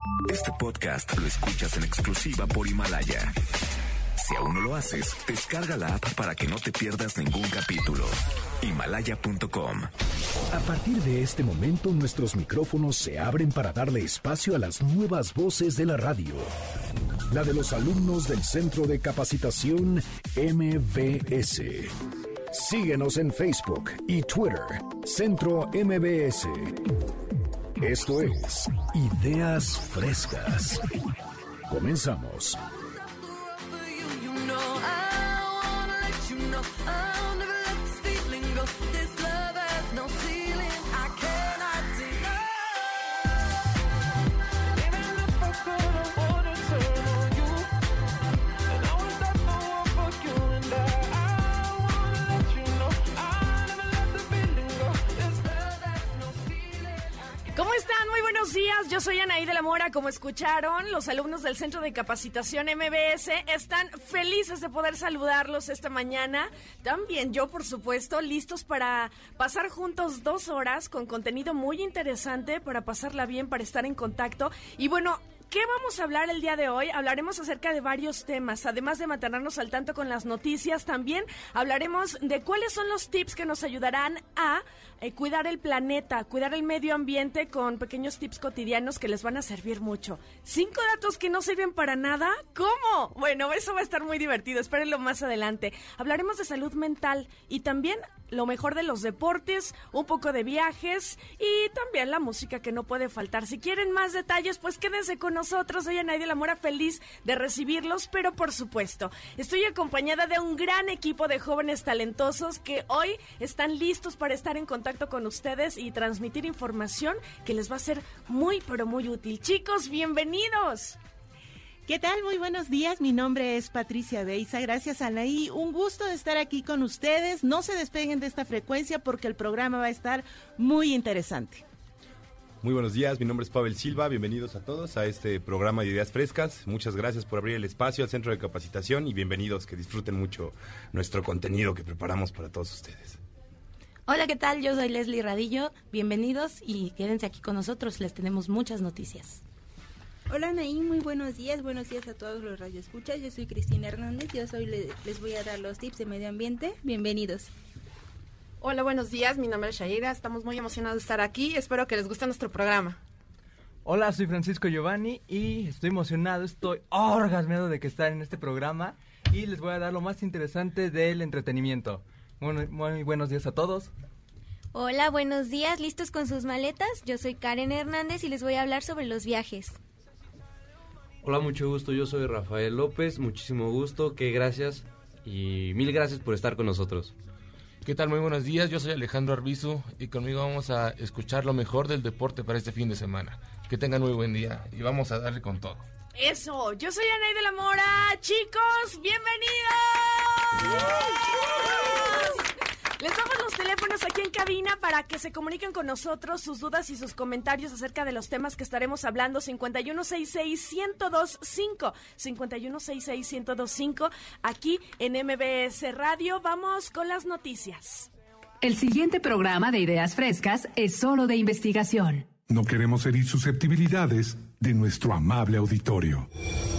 Este podcast lo escuchas en exclusiva por Himalaya. Si aún no lo haces, descarga la app para que no te pierdas ningún capítulo. Himalaya.com. A partir de este momento, nuestros micrófonos se abren para darle espacio a las nuevas voces de la radio. La de los alumnos del Centro de Capacitación MBS. Síguenos en Facebook y Twitter, Centro MBS. Esto es Ideas Frescas. Comenzamos. ¿Cómo están? Muy buenos días, yo soy Anaí de la Mora. Como escucharon, los alumnos del Centro de Capacitación MBS están felices de poder saludarlos esta mañana. También yo, por supuesto, listos para pasar juntos 2 horas con contenido muy interesante, para pasarla bien, para estar en contacto. Y bueno, ¿qué vamos a hablar el día de hoy? Hablaremos acerca de varios temas, además de mantenernos al tanto con las noticias. También hablaremos de cuáles son los tips que nos ayudarán a cuidar el planeta, cuidar el medio ambiente, con pequeños tips cotidianos que les van a servir mucho. 5 datos que no sirven para nada. ¿Cómo? Bueno, eso va a estar muy divertido, espérenlo más adelante. Hablaremos de salud mental y también lo mejor de los deportes, un poco de viajes y también la música que no puede faltar. Si quieren más detalles, pues quédense con nosotros. Soy Anaí de la Mora, feliz de recibirlos, pero por supuesto, estoy acompañada de un gran equipo de jóvenes talentosos que hoy están listos para estar en contacto con ustedes y transmitir información que les va a ser muy, pero muy útil. Chicos, bienvenidos. ¿Qué tal? Muy buenos días, mi nombre es Patricia Beiza, gracias Anaí, un gusto de estar aquí con ustedes, no se despeguen de esta frecuencia porque el programa va a estar muy interesante. Muy buenos días, mi nombre es Pavel Silva, bienvenidos a todos a este programa de Ideas Frescas, muchas gracias por abrir el espacio al Centro de Capacitación y bienvenidos, que disfruten mucho nuestro contenido que preparamos para todos ustedes. Hola, ¿qué tal? Yo soy Leslie Radillo, bienvenidos y quédense aquí con nosotros, les tenemos muchas noticias. Hola Anaí, muy buenos días a todos los radioescuchas, yo soy Cristina Hernández, les voy a dar los tips de medio ambiente, bienvenidos. Hola, buenos días, mi nombre es Shaira, estamos muy emocionados de estar aquí, espero que les guste nuestro programa. Hola, soy Francisco Giovanni y estoy emocionado, estoy orgasmeado de que estar en este programa y les voy a dar lo más interesante del entretenimiento. Muy buenos días a todos. Hola, buenos días, ¿listos con sus maletas? Yo soy Karen Hernández y les voy a hablar sobre los viajes. Hola, mucho gusto, yo soy Rafael López, muchísimo gusto, que gracias y mil gracias por estar con nosotros. ¿Qué tal? Muy buenos días, yo soy Alejandro Arbizu y conmigo vamos a escuchar lo mejor del deporte para este fin de semana. Que tengan muy buen día y vamos a darle con todo. Eso, yo soy Anaí de la Mora, chicos, bienvenidos. Les damos los teléfonos aquí en cabina para que se comuniquen con nosotros sus dudas y sus comentarios acerca de los temas que estaremos hablando. 5166-1025, 5166-1025, aquí en MBS Radio. Vamos con las noticias. El siguiente programa de Ideas Frescas es solo de investigación. No queremos herir susceptibilidades de nuestro amable auditorio.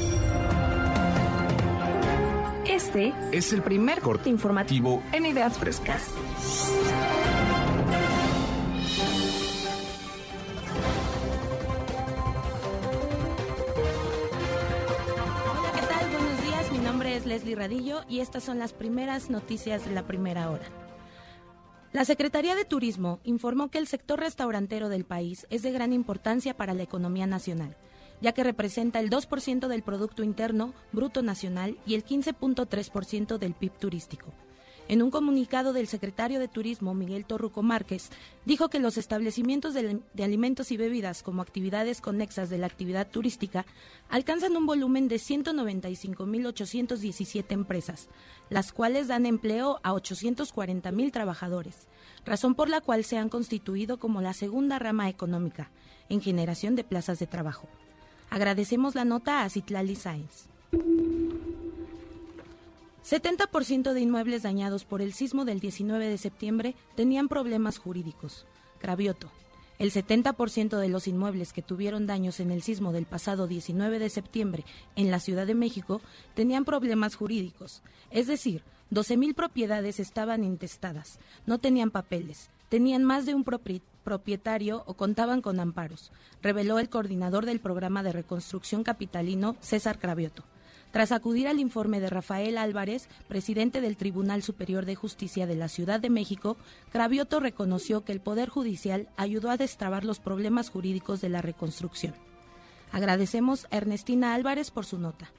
Este es el primer corte informativo en Ideas Frescas. Hola, ¿qué tal? Buenos días, mi nombre es Leslie Radillo y estas son las primeras noticias de la primera hora. La Secretaría de Turismo informó que el sector restaurantero del país es de gran importancia para la economía nacional, ya que representa el 2% del Producto Interno Bruto Nacional y el 15.3% del PIB turístico. En un comunicado del secretario de Turismo, Miguel Torruco Márquez, dijo que los establecimientos de alimentos y bebidas como actividades conexas de la actividad turística alcanzan un volumen de 195.817 empresas, las cuales dan empleo a 840.000 trabajadores, razón por la cual se han constituido como la segunda rama económica en generación de plazas de trabajo. Agradecemos la nota a Citlali Sáenz. 70% de inmuebles dañados por el sismo del 19 de septiembre tenían problemas jurídicos. Cravioto. El 70% de los inmuebles que tuvieron daños en el sismo del pasado 19 de septiembre en la Ciudad de México tenían problemas jurídicos, es decir, 12,000 propiedades estaban intestadas, no tenían papeles, tenían más de un propietario o contaban con amparos, reveló el coordinador del programa de reconstrucción capitalino, César Cravioto. Tras acudir al informe de Rafael Álvarez, presidente del Tribunal Superior de Justicia de la Ciudad de México, Cravioto reconoció que el Poder Judicial ayudó a destrabar los problemas jurídicos de la reconstrucción. Agradecemos a Ernestina Álvarez por su nota.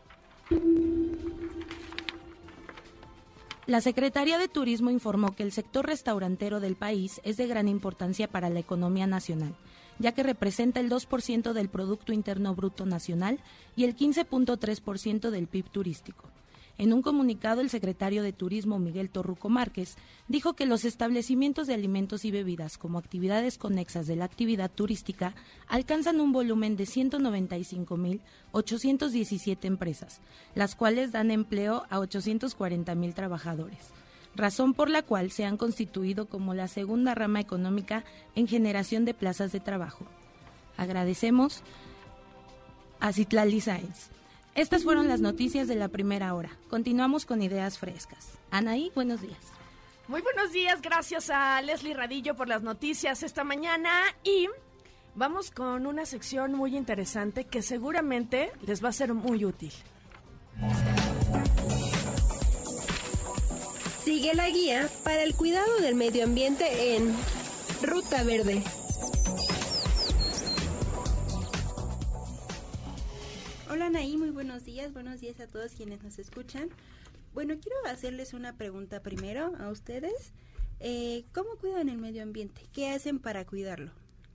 La Secretaría de Turismo informó que el sector restaurantero del país es de gran importancia para la economía nacional, ya que representa el 2% del Producto Interno Bruto Nacional y el 15.3% del PIB turístico. En un comunicado, el secretario de Turismo, Miguel Torruco Márquez, dijo que los establecimientos de alimentos y bebidas como actividades conexas de la actividad turística alcanzan un volumen de 195,817 empresas, las cuales dan empleo a 840,000 trabajadores, razón por la cual se han constituido como la segunda rama económica en generación de plazas de trabajo. Agradecemos a Citlali Sáenz. Estas fueron las noticias de la primera hora. Continuamos con ideas frescas. Anaí, buenos días. Muy buenos días, gracias a Leslie Radillo por las noticias esta mañana y vamos con una sección muy interesante que seguramente les va a ser muy útil. Sigue la guía para el cuidado del medio ambiente en Ruta Verde. Hola Anaí, muy buenos días a todos quienes nos escuchan. Bueno, quiero hacerles una pregunta primero a ustedes. ¿Cómo cuidan el medio ambiente? ¿Qué hacen para cuidarlo?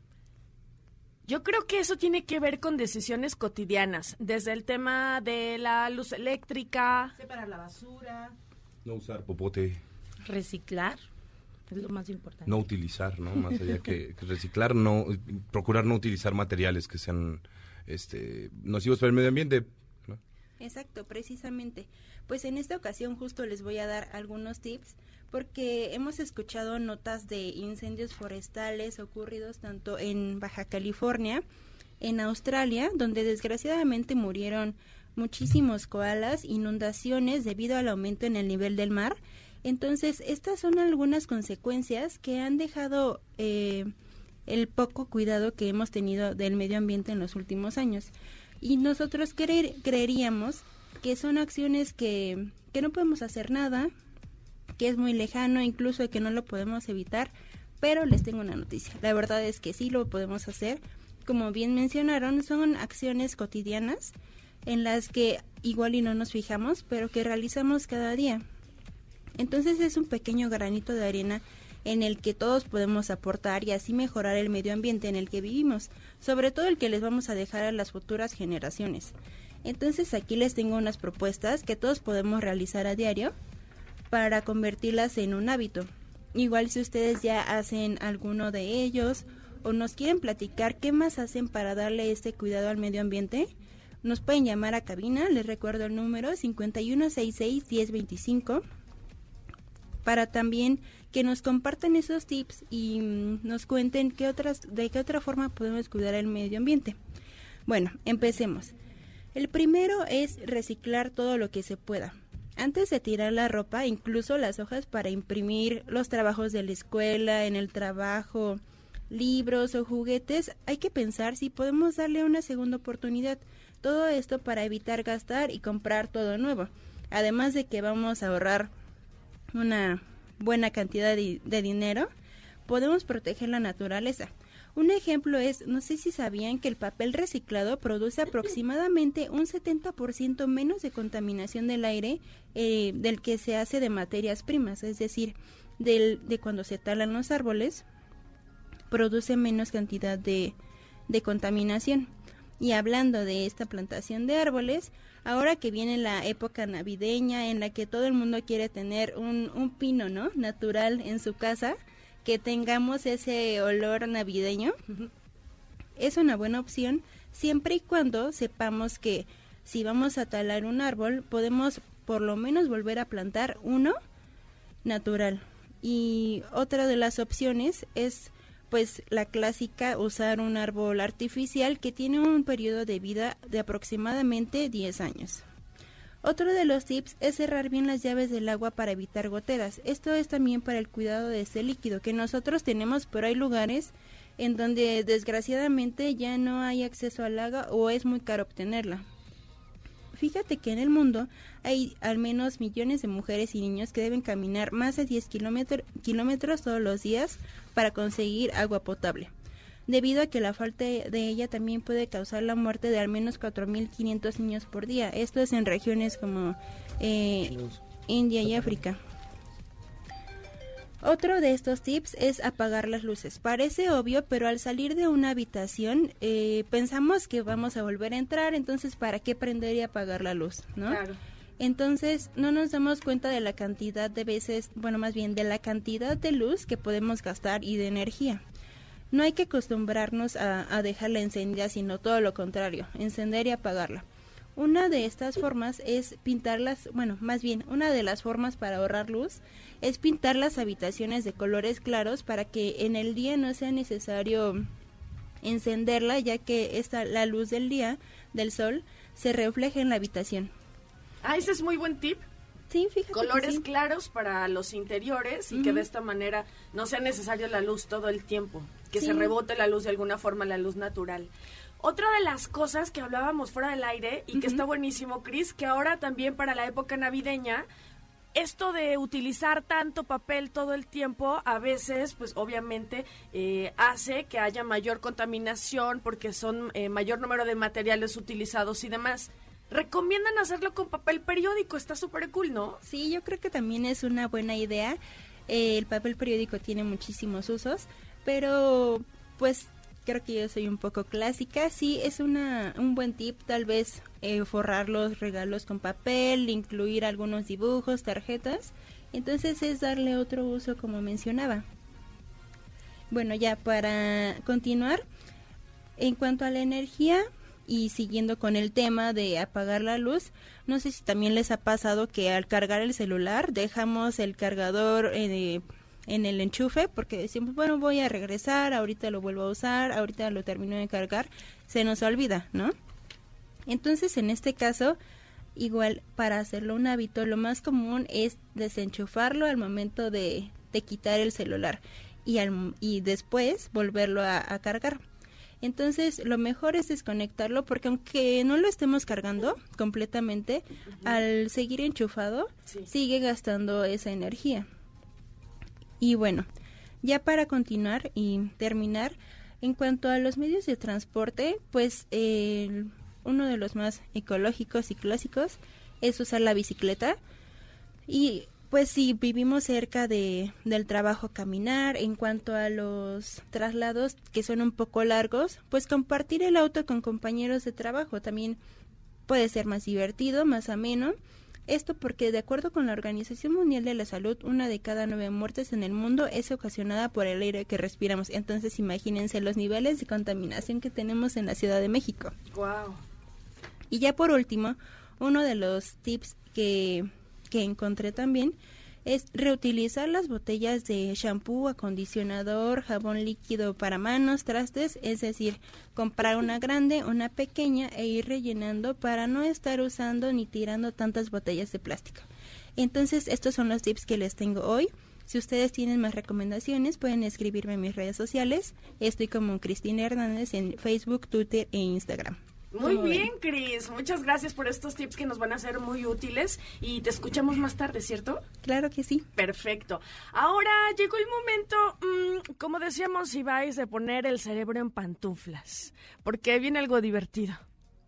Yo creo que eso tiene que ver con decisiones cotidianas, desde el tema de la luz eléctrica. Separar la basura. No usar popote. Reciclar es lo más importante. No utilizar, ¿no? Más allá que reciclar, no procurar no utilizar materiales que sean nocivos para el medio ambiente, ¿no? Exacto, precisamente. Pues en esta ocasión justo les voy a dar algunos tips porque hemos escuchado notas de incendios forestales ocurridos tanto en Baja California, en Australia, donde desgraciadamente murieron muchísimos koalas, inundaciones debido al aumento en el nivel del mar. Entonces, estas son algunas consecuencias que han dejado el poco cuidado que hemos tenido del medio ambiente en los últimos años. Y nosotros creeríamos que son acciones que no podemos hacer nada, que es muy lejano, incluso que no lo podemos evitar, pero les tengo una noticia. La verdad es que sí lo podemos hacer. Como bien mencionaron, son acciones cotidianas en las que igual y no nos fijamos, pero que realizamos cada día. Entonces es un pequeño granito de arena en el que todos podemos aportar y así mejorar el medio ambiente en el que vivimos, sobre todo el que les vamos a dejar a las futuras generaciones. Entonces aquí les tengo unas propuestas que todos podemos realizar a diario para convertirlas en un hábito. Igual si ustedes ya hacen alguno de ellos o nos quieren platicar qué más hacen para darle este cuidado al medio ambiente, nos pueden llamar a cabina, les recuerdo el número 5166-1025, para también que nos compartan esos tips y nos cuenten de qué otra forma podemos cuidar el medio ambiente. Bueno, empecemos. El primero es reciclar todo lo que se pueda. Antes de tirar la ropa, incluso las hojas para imprimir los trabajos de la escuela, en el trabajo, libros o juguetes, hay que pensar si podemos darle una segunda oportunidad. Todo esto para evitar gastar y comprar todo nuevo. Además de que vamos a ahorrar una buena cantidad de dinero, podemos proteger la naturaleza. Un ejemplo es, no sé si sabían que el papel reciclado produce aproximadamente un 70% menos de contaminación del aire del que se hace de materias primas, es decir, de cuando se talan los árboles, produce menos cantidad de contaminación. Y hablando de esta plantación de árboles, ahora que viene la época navideña en la que todo el mundo quiere tener un pino, ¿no?, natural en su casa, que tengamos ese olor navideño, es una buena opción siempre y cuando sepamos que si vamos a talar un árbol, podemos por lo menos volver a plantar uno natural. Y otra de las opciones es, pues la clásica, usar un árbol artificial que tiene un periodo de vida de aproximadamente 10 años. Otro de los tips es cerrar bien las llaves del agua para evitar goteras. Esto es también para el cuidado de este líquido que nosotros tenemos, pero hay lugares en donde desgraciadamente ya no hay acceso al agua o es muy caro obtenerla. Fíjate que en el mundo hay al menos millones de mujeres y niños que deben caminar más de 10 kilómetros todos los días para conseguir agua potable, debido a que la falta de ella también puede causar la muerte de al menos 4.500 niños por día. Esto es en regiones como India y África. Otro de estos tips es apagar las luces. Parece obvio, pero al salir de una habitación pensamos que vamos a volver a entrar, entonces ¿para qué prender y apagar la luz, no? Claro. Entonces no nos damos cuenta de la cantidad de veces, bueno, más bien de la cantidad de luz que podemos gastar y de energía. No hay que acostumbrarnos a dejarla encendida, sino todo lo contrario, encender y apagarla. Una de estas formas es pintarlas, bueno, más bien, una de las formas para ahorrar luz es pintar las habitaciones de colores claros para que en el día no sea necesario encenderla, ya que la luz del día, del sol, se refleja en la habitación. Ah, ese es muy buen tip. Sí, fíjate. Colores claros para los interiores y que de esta manera no sea necesario la luz todo el tiempo, que se rebote la luz de alguna forma, la luz natural. Otra de las cosas que hablábamos fuera del aire y que está buenísimo, Cris, que ahora también para la época navideña, esto de utilizar tanto papel todo el tiempo, a veces, pues obviamente, hace que haya mayor contaminación porque son mayor número de materiales utilizados y demás. Recomiendan hacerlo con papel periódico, está súper cool, ¿no? Sí, yo creo que también es una buena idea. El papel periódico tiene muchísimos usos, pero pues creo que yo soy un poco clásica. Sí, es un buen tip, tal vez forrar los regalos con papel, incluir algunos dibujos, tarjetas. Entonces es darle otro uso, como mencionaba. Bueno, ya para continuar, en cuanto a la energía y siguiendo con el tema de apagar la luz, no sé si también les ha pasado que al cargar el celular dejamos el cargador en el enchufe porque decimos, bueno, voy a regresar, ahorita lo vuelvo a usar, ahorita lo termino de cargar, se nos olvida, ¿no? Entonces, en este caso, igual para hacerlo un hábito, lo más común es desenchufarlo al momento de quitar el celular y después volverlo a cargar. Entonces, lo mejor es desconectarlo porque aunque no lo estemos cargando completamente, al seguir enchufado, sigue gastando esa energía. Y bueno, ya para continuar y terminar, en cuanto a los medios de transporte, pues uno de los más ecológicos y clásicos es usar la bicicleta. Y pues si vivimos cerca del trabajo, caminar. En cuanto a los traslados que son un poco largos, pues compartir el auto con compañeros de trabajo también puede ser más divertido, más ameno. Esto porque, de acuerdo con la Organización Mundial de la Salud, 1 de cada 9 muertes en el mundo es ocasionada por el aire que respiramos. Entonces, imagínense los niveles de contaminación que tenemos en la Ciudad de México. Wow. Y ya por último, uno de los tips que encontré también es reutilizar las botellas de shampoo, acondicionador, jabón líquido para manos, trastes, es decir, comprar una grande, una pequeña e ir rellenando para no estar usando ni tirando tantas botellas de plástico. Entonces, estos son los tips que les tengo hoy. Si ustedes tienen más recomendaciones, pueden escribirme en mis redes sociales. Estoy como Cristina Hernández en Facebook, Twitter e Instagram. Muy bien, Cris. Muchas gracias por estos tips que nos van a ser muy útiles y te escuchamos más tarde, ¿cierto? Claro que sí. Perfecto. Ahora llegó el momento, como decíamos, Ibáis, de poner el cerebro en pantuflas, porque viene algo divertido.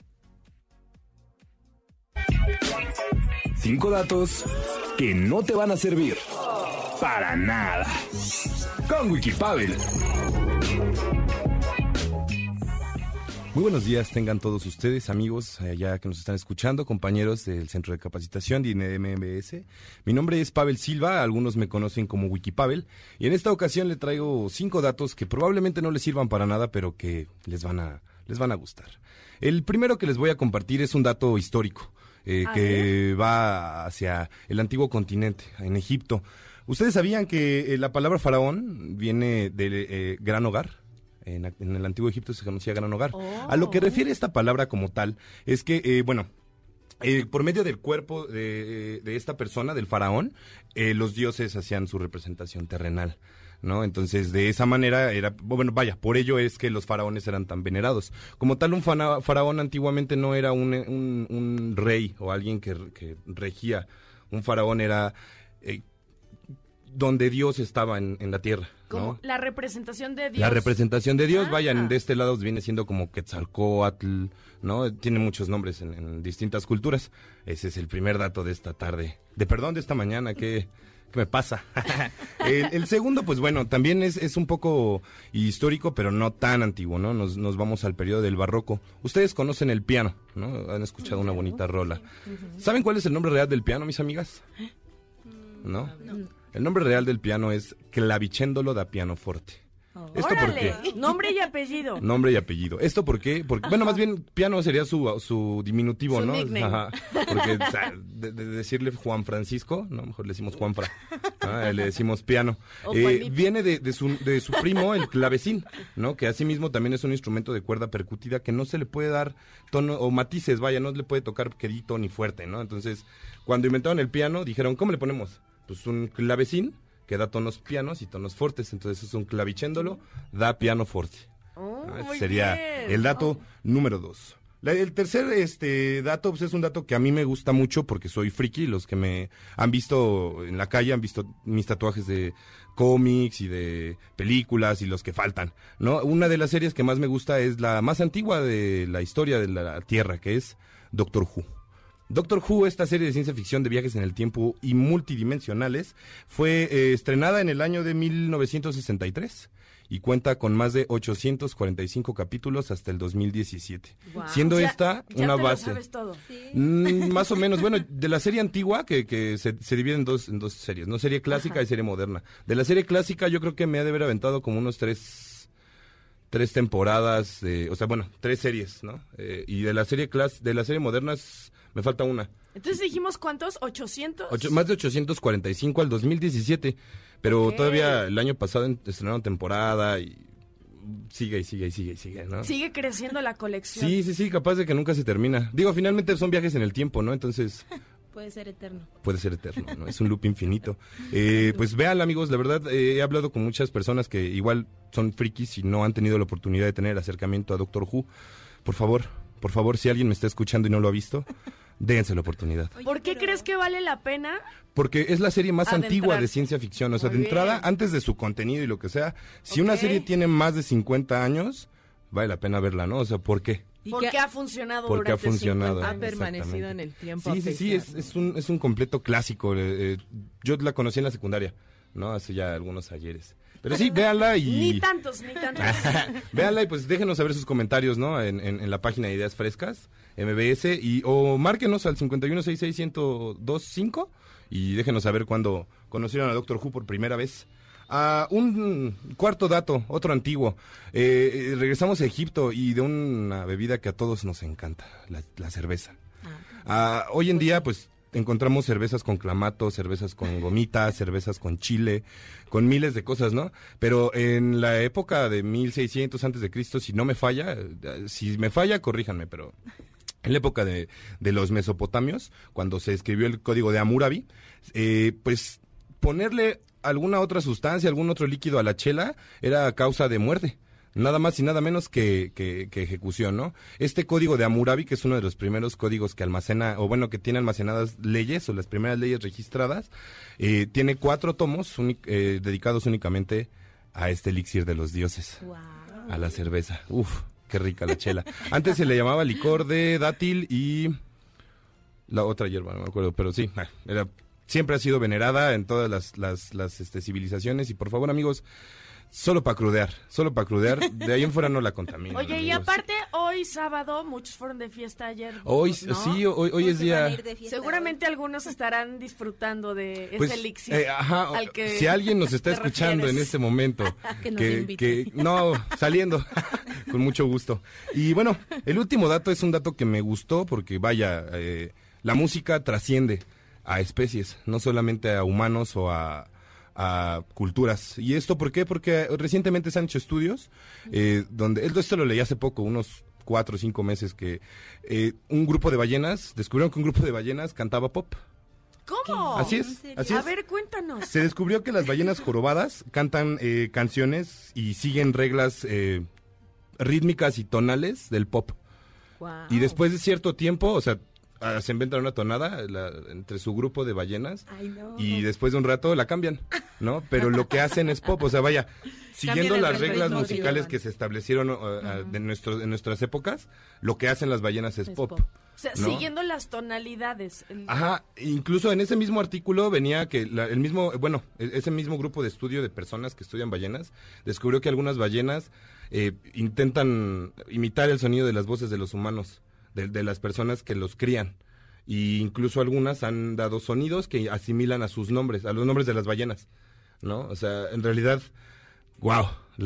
5 datos que no te van a servir para nada. Con Wikipavel. Muy buenos días tengan todos ustedes, amigos, ya que nos están escuchando, compañeros del Centro de Capacitación de MBS. Mi nombre es Pavel Silva, algunos me conocen como Wikipavel, y en esta ocasión le traigo 5 datos que probablemente no les sirvan para nada, pero que les van a gustar. El primero que les voy a compartir es un dato histórico, que va hacia el antiguo continente, en Egipto. ¿Ustedes sabían que la palabra faraón viene de gran hogar? En el antiguo Egipto se conocía gran hogar. A lo que refiere esta palabra como tal, es que, por medio del cuerpo de esta persona, del faraón, los dioses hacían su representación terrenal, ¿no? Entonces, de esa manera por ello es que los faraones eran tan venerados. Como tal, un faraón antiguamente no era un rey o alguien que regía. Un faraón era donde Dios estaba en la tierra, ¿no? Como la representación de Dios. La representación de Dios, de este lado viene siendo como Quetzalcóatl, ¿no? Tiene muchos nombres en distintas culturas. Ese es el primer dato de esta tarde. De esta mañana, ¿qué me pasa? el segundo, pues bueno, también es un poco histórico, pero no tan antiguo, ¿no? Nos vamos al periodo del barroco. Ustedes conocen el piano, ¿no? Han escuchado una bonita rola. ¿Saben cuál es el nombre real del piano, mis amigas? ¿No? El nombre real del piano es clavicéndolo da pianoforte. ¿Esto por qué? Nombre y apellido. Nombre y apellido. ¿Esto por qué? Porque, más bien, piano sería su diminutivo, ¿no? Nickname. Porque de decirle Juan Francisco, no, mejor le decimos Juanfra. Le decimos piano. Viene de su primo, el clavecín, ¿no? Que asimismo también es un instrumento de cuerda percutida que no se le puede dar tono o matices, no le puede tocar quedito ni fuerte, ¿no? Entonces, cuando inventaron el piano, dijeron, ¿cómo le ponemos? Pues un clavecín que da tonos pianos y tonos fuertes, entonces es un clavicéndolo, da piano forte. Sería bien. El dato número 2. El tercer dato, pues es un dato que a mí me gusta mucho porque soy friki. Los que me han visto en la calle han visto mis tatuajes de cómics y de películas y los que faltan, ¿no? Una de las series que más me gusta es la más antigua de la historia de la Tierra, que es Doctor Who. Doctor Who, esta serie de ciencia ficción de viajes en el tiempo y multidimensionales, fue estrenada en el año de 1963 y cuenta con más de 845 capítulos hasta el 2017. Wow. Siendo esta una base. Lo sabes todo. ¿Sí? Más o menos, de la serie antigua que se divide en dos series, ¿no? Serie clásica y serie moderna. De la serie clásica yo creo que me ha de haber aventado como unos tres temporadas, 3 series, ¿no? Y de la serie moderna me falta una. Entonces dijimos, ¿cuántos? ¿800? Más de 845 al 2017, pero todavía el año pasado estrenaron temporada y sigue, ¿no? Sigue creciendo la colección. Sí, capaz de que nunca se termina. Digo, finalmente son viajes en el tiempo, ¿no? Entonces... Puede ser eterno, ¿no? Es un loop infinito. Pues vean, amigos, la verdad, he hablado con muchas personas que igual son frikis y no han tenido la oportunidad de tener acercamiento a Doctor Who. Por favor, si alguien me está escuchando y no lo ha visto, déjense la oportunidad. ¿Por qué crees que vale la pena? Porque es la serie más antigua de ciencia ficción. O sea, de entrada, antes de su contenido y lo que sea, si una serie tiene más de 50 años, vale la pena verla, ¿no? O sea, ¿por qué? Porque ha funcionado durante 50 años. Ha permanecido en el tiempo. Sí, es un completo clásico. Yo la conocí en la secundaria, ¿no? Hace ya algunos ayeres. Pero sí, véanla y... Ni tantos. Véanla y pues déjenos saber sus comentarios, ¿no? En la página de Ideas Frescas, MBS, o márquenos al 51661025 y déjenos saber cuándo conocieron a Doctor Who por primera vez. Un cuarto dato, otro antiguo. Regresamos a Egipto y de una bebida que a todos nos encanta, la cerveza. Hoy en día, pues, encontramos cervezas con clamato, cervezas con gomita, cervezas con chile, con miles de cosas, ¿no? Pero en la época de 1600 antes de Cristo, si me falla, corríjanme, pero en la época de los mesopotamios, cuando se escribió el código de Hammurabi, pues ponerle alguna otra sustancia, algún otro líquido a la chela era causa de muerte. Nada más y nada menos que ejecución, ¿no? Este código de Hammurabi, que es uno de los primeros códigos que que tiene almacenadas leyes o las primeras leyes registradas, tiene 4 tomos dedicados únicamente a este elixir de los dioses, a la cerveza. Uf, qué rica la chela. Antes se le llamaba licor de dátil y la otra hierba, no me acuerdo, pero sí, siempre ha sido venerada en todas las civilizaciones y por favor, amigos, solo para crudear, de ahí en fuera no la contaminen. Oye, amigos. Y aparte, hoy sábado, muchos fueron de fiesta ayer. Hoy, ¿no? sí, hoy es día... Seguramente algunos estarán disfrutando de ese elixir. Si alguien nos está escuchando en este momento, que no, saliendo, con mucho gusto. Y bueno, el último dato es un dato que me gustó porque la música trasciende a especies, no solamente a humanos o a a culturas. ¿Y esto por qué? Porque recientemente se han hecho estudios donde, esto lo leí hace poco, unos 4 o 5 meses, que descubrieron que un grupo de ballenas cantaba pop. ¿Cómo? Así es. A ver, cuéntanos. Se descubrió que las ballenas jorobadas cantan canciones y siguen reglas rítmicas y tonales del pop. Wow. Y después de cierto tiempo, o sea, se inventan una tonada entre su grupo de ballenas. Ay, no. Y después de un rato la cambian, ¿no? Pero lo que hacen es pop, o sea, vaya, siguiendo las reglas musicales que se establecieron en nuestras épocas, lo que hacen las ballenas es pop. O sea, ¿no? siguiendo las tonalidades. Ajá, incluso en ese mismo artículo venía que ese mismo grupo de estudio de personas que estudian ballenas descubrió que algunas ballenas intentan imitar el sonido de las voces de los humanos, de las personas que los crían. Y incluso algunas han dado sonidos que asimilan a sus nombres, a los nombres de las ballenas, ¿no? O sea, en realidad, wow,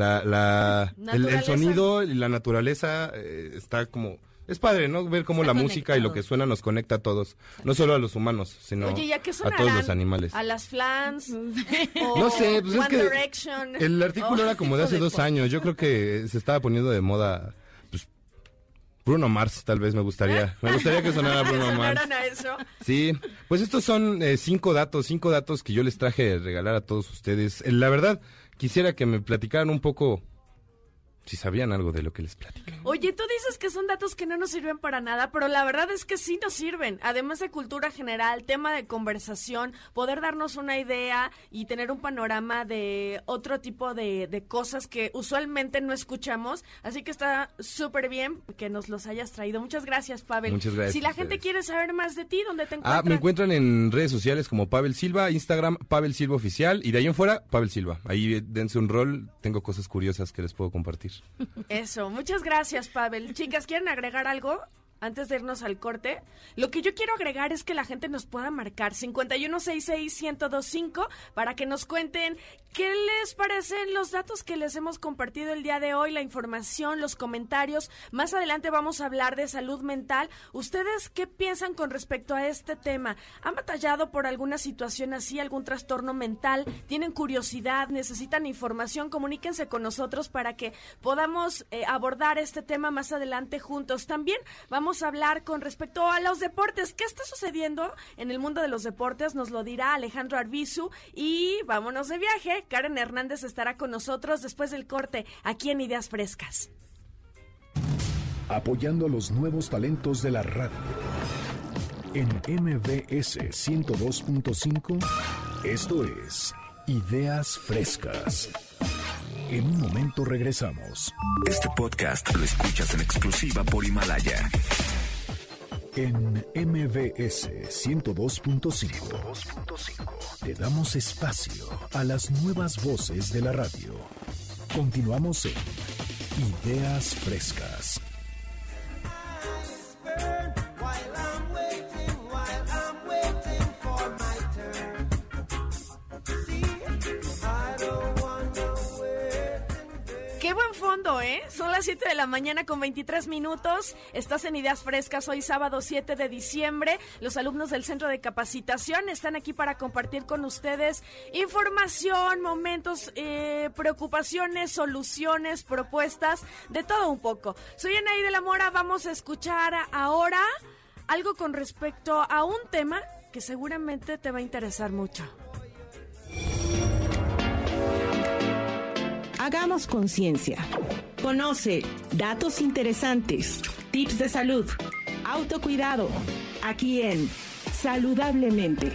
el sonido y la naturaleza está como... Es padre, ¿no? Ver cómo la música y lo que suena nos conecta a todos. No solo a los humanos, sino a todos los animales. ¿A las Flans? No sé, pues One es que Direction. el artículo era como de hace 2 años. Yo creo que se estaba poniendo de moda, pues, Bruno Mars, tal vez me gustaría. Me gustaría que sonara Bruno Mars. ¿A eso? Sí, pues estos son 5 datos que yo les traje a regalar a todos ustedes. La verdad, quisiera que me platicaran un poco... si sabían algo de lo que les platican. Oye, tú dices que son datos que no nos sirven para nada, pero la verdad es que sí nos sirven. Además de cultura general, tema de conversación, poder darnos una idea y tener un panorama de otro tipo de cosas que usualmente no escuchamos. Así que está súper bien que nos los hayas traído. Muchas gracias, Pavel. Muchas gracias. Si la gente quiere saber más de ti, ¿dónde te encuentran? Me encuentran en redes sociales como Pavel Silva, Instagram, Pavel Silva Oficial, y de ahí en fuera, Pavel Silva. Ahí dense un rol, tengo cosas curiosas que les puedo compartir. Eso, muchas gracias, Pavel. Chicas, ¿quieren agregar algo antes de irnos al corte? Lo que yo quiero agregar es que la gente nos pueda marcar 5166-1025 para que nos cuenten qué les parecen los datos que les hemos compartido el día de hoy, la información, los comentarios. Más adelante vamos a hablar de salud mental. ¿Ustedes qué piensan con respecto a este tema? ¿Han batallado por alguna situación así, algún trastorno mental? ¿Tienen curiosidad? ¿Necesitan información? Comuníquense con nosotros para que podamos abordar este tema más adelante juntos. También vamos a hablar con respecto a los deportes. ¿Qué está sucediendo en el mundo de los deportes? Nos lo dirá Alejandro Arbizu. Y vámonos de viaje. Karen Hernández estará con nosotros después del corte aquí en Ideas Frescas. Apoyando a los nuevos talentos de la radio. En MBS 102.5, esto es Ideas Frescas. En un momento regresamos. Este podcast lo escuchas en exclusiva por Himalaya. En MBS 102.5 te damos espacio a las nuevas voces de la radio. Continuamos en Ideas Frescas. Qué buen fondo, ¿eh? Son las 7 de la mañana con 23 minutos. Estás en Ideas Frescas, hoy sábado 7 de diciembre. Los alumnos del Centro de Capacitación están aquí para compartir con ustedes información, momentos, preocupaciones, soluciones, propuestas, de todo un poco. Soy Anaí de la Mora, vamos a escuchar ahora algo con respecto a un tema que seguramente te va a interesar mucho. Hagamos conciencia. Conoce datos interesantes, tips de salud, autocuidado, aquí en Saludablemente.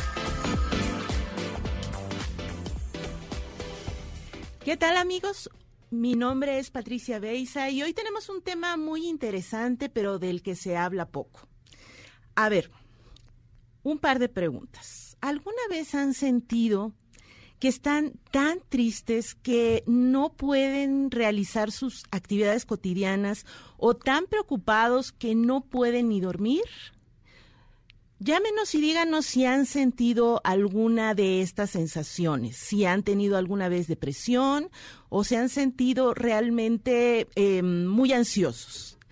¿Qué tal, amigos? Mi nombre es Patricia Beiza y hoy tenemos un tema muy interesante, pero del que se habla poco. A ver, un par de preguntas. ¿Alguna vez han sentido que están tan tristes que no pueden realizar sus actividades cotidianas o tan preocupados que no pueden ni dormir? Llámenos y díganos si han sentido alguna de estas sensaciones, si han tenido alguna vez depresión o se han sentido realmente muy ansiosos.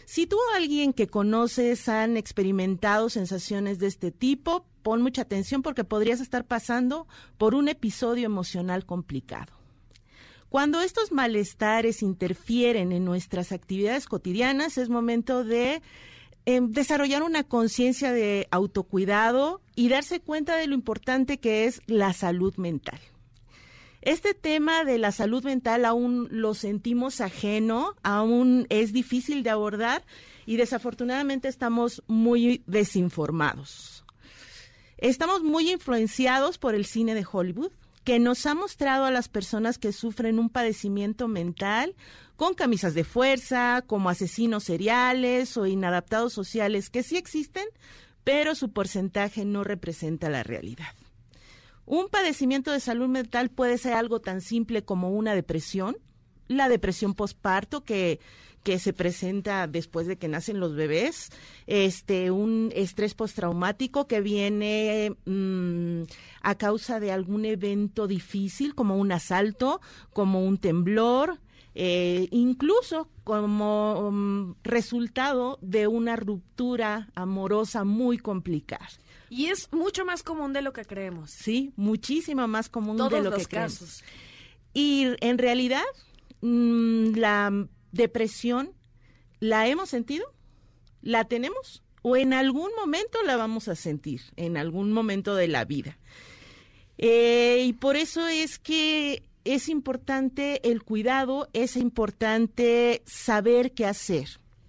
Si tú o alguien que conoces han experimentado sensaciones de este tipo, pon mucha atención porque podrías estar pasando por un episodio emocional complicado. Cuando estos malestares interfieren en nuestras actividades cotidianas, es momento de desarrollar una conciencia de autocuidado y darse cuenta de lo importante que es la salud mental. Este tema de la salud mental aún lo sentimos ajeno, aún es difícil de abordar y desafortunadamente estamos muy desinformados. Estamos muy influenciados por el cine de Hollywood, que nos ha mostrado a las personas que sufren un padecimiento mental con camisas de fuerza, como asesinos seriales o inadaptados sociales que sí existen, pero su porcentaje no representa la realidad. Un padecimiento de salud mental puede ser algo tan simple como una depresión, la depresión postparto que se presenta después de que nacen los bebés, un estrés postraumático que viene a causa de algún evento difícil como un asalto, como un temblor, incluso como resultado de una ruptura amorosa muy complicada. Y es mucho más común de lo que creemos. Sí, muchísimo más común de lo que creemos. Todos los casos. Y en realidad, la depresión, ¿la hemos sentido? ¿La tenemos? ¿O en algún momento la vamos a sentir? En algún momento de la vida. Y por eso es que es importante el cuidado, es importante saber qué hacer.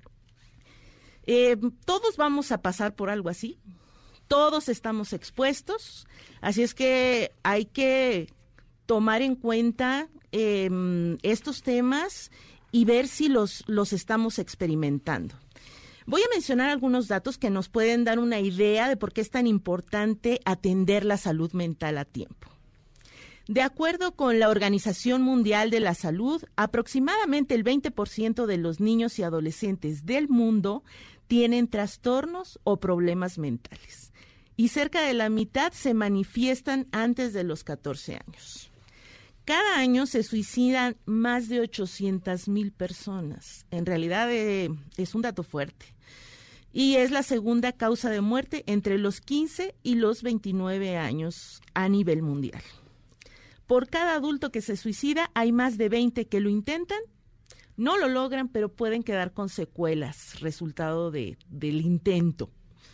Todos vamos a pasar por algo así. Todos estamos expuestos, así es que hay que tomar en cuenta estos temas y ver si los estamos experimentando. Voy a mencionar algunos datos que nos pueden dar una idea de por qué es tan importante atender la salud mental a tiempo. De acuerdo con la Organización Mundial de la Salud, aproximadamente el 20% de los niños y adolescentes del mundo tienen trastornos o problemas mentales. Y cerca de la mitad se manifiestan antes de los 14 años. Cada año se suicidan más de 800,000 personas. En realidad es un dato fuerte. Y es la segunda causa de muerte entre los 15 y los 29 años a nivel mundial. Por cada adulto que se suicida, hay más de 20 que lo intentan, no lo logran, pero pueden quedar con secuelas, resultado del intento.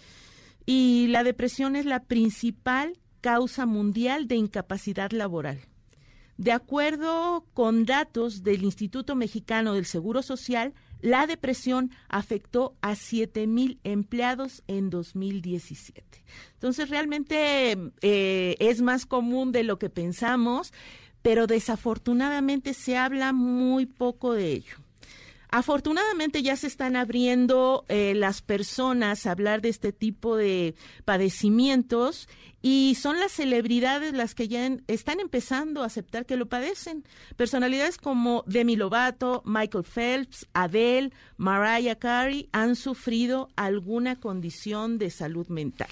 Y la depresión es la principal causa mundial de incapacidad laboral. De acuerdo con datos del Instituto Mexicano del Seguro Social, la depresión afectó a 7,000 empleados en 2017. Entonces, realmente es más común de lo que pensamos, pero desafortunadamente se habla muy poco de ello. Afortunadamente ya se están abriendo las personas a hablar de este tipo de padecimientos y son las celebridades las que ya están empezando a aceptar que lo padecen. Personalidades como Demi Lovato, Michael Phelps, Adele, Mariah Carey han sufrido alguna condición de salud mental.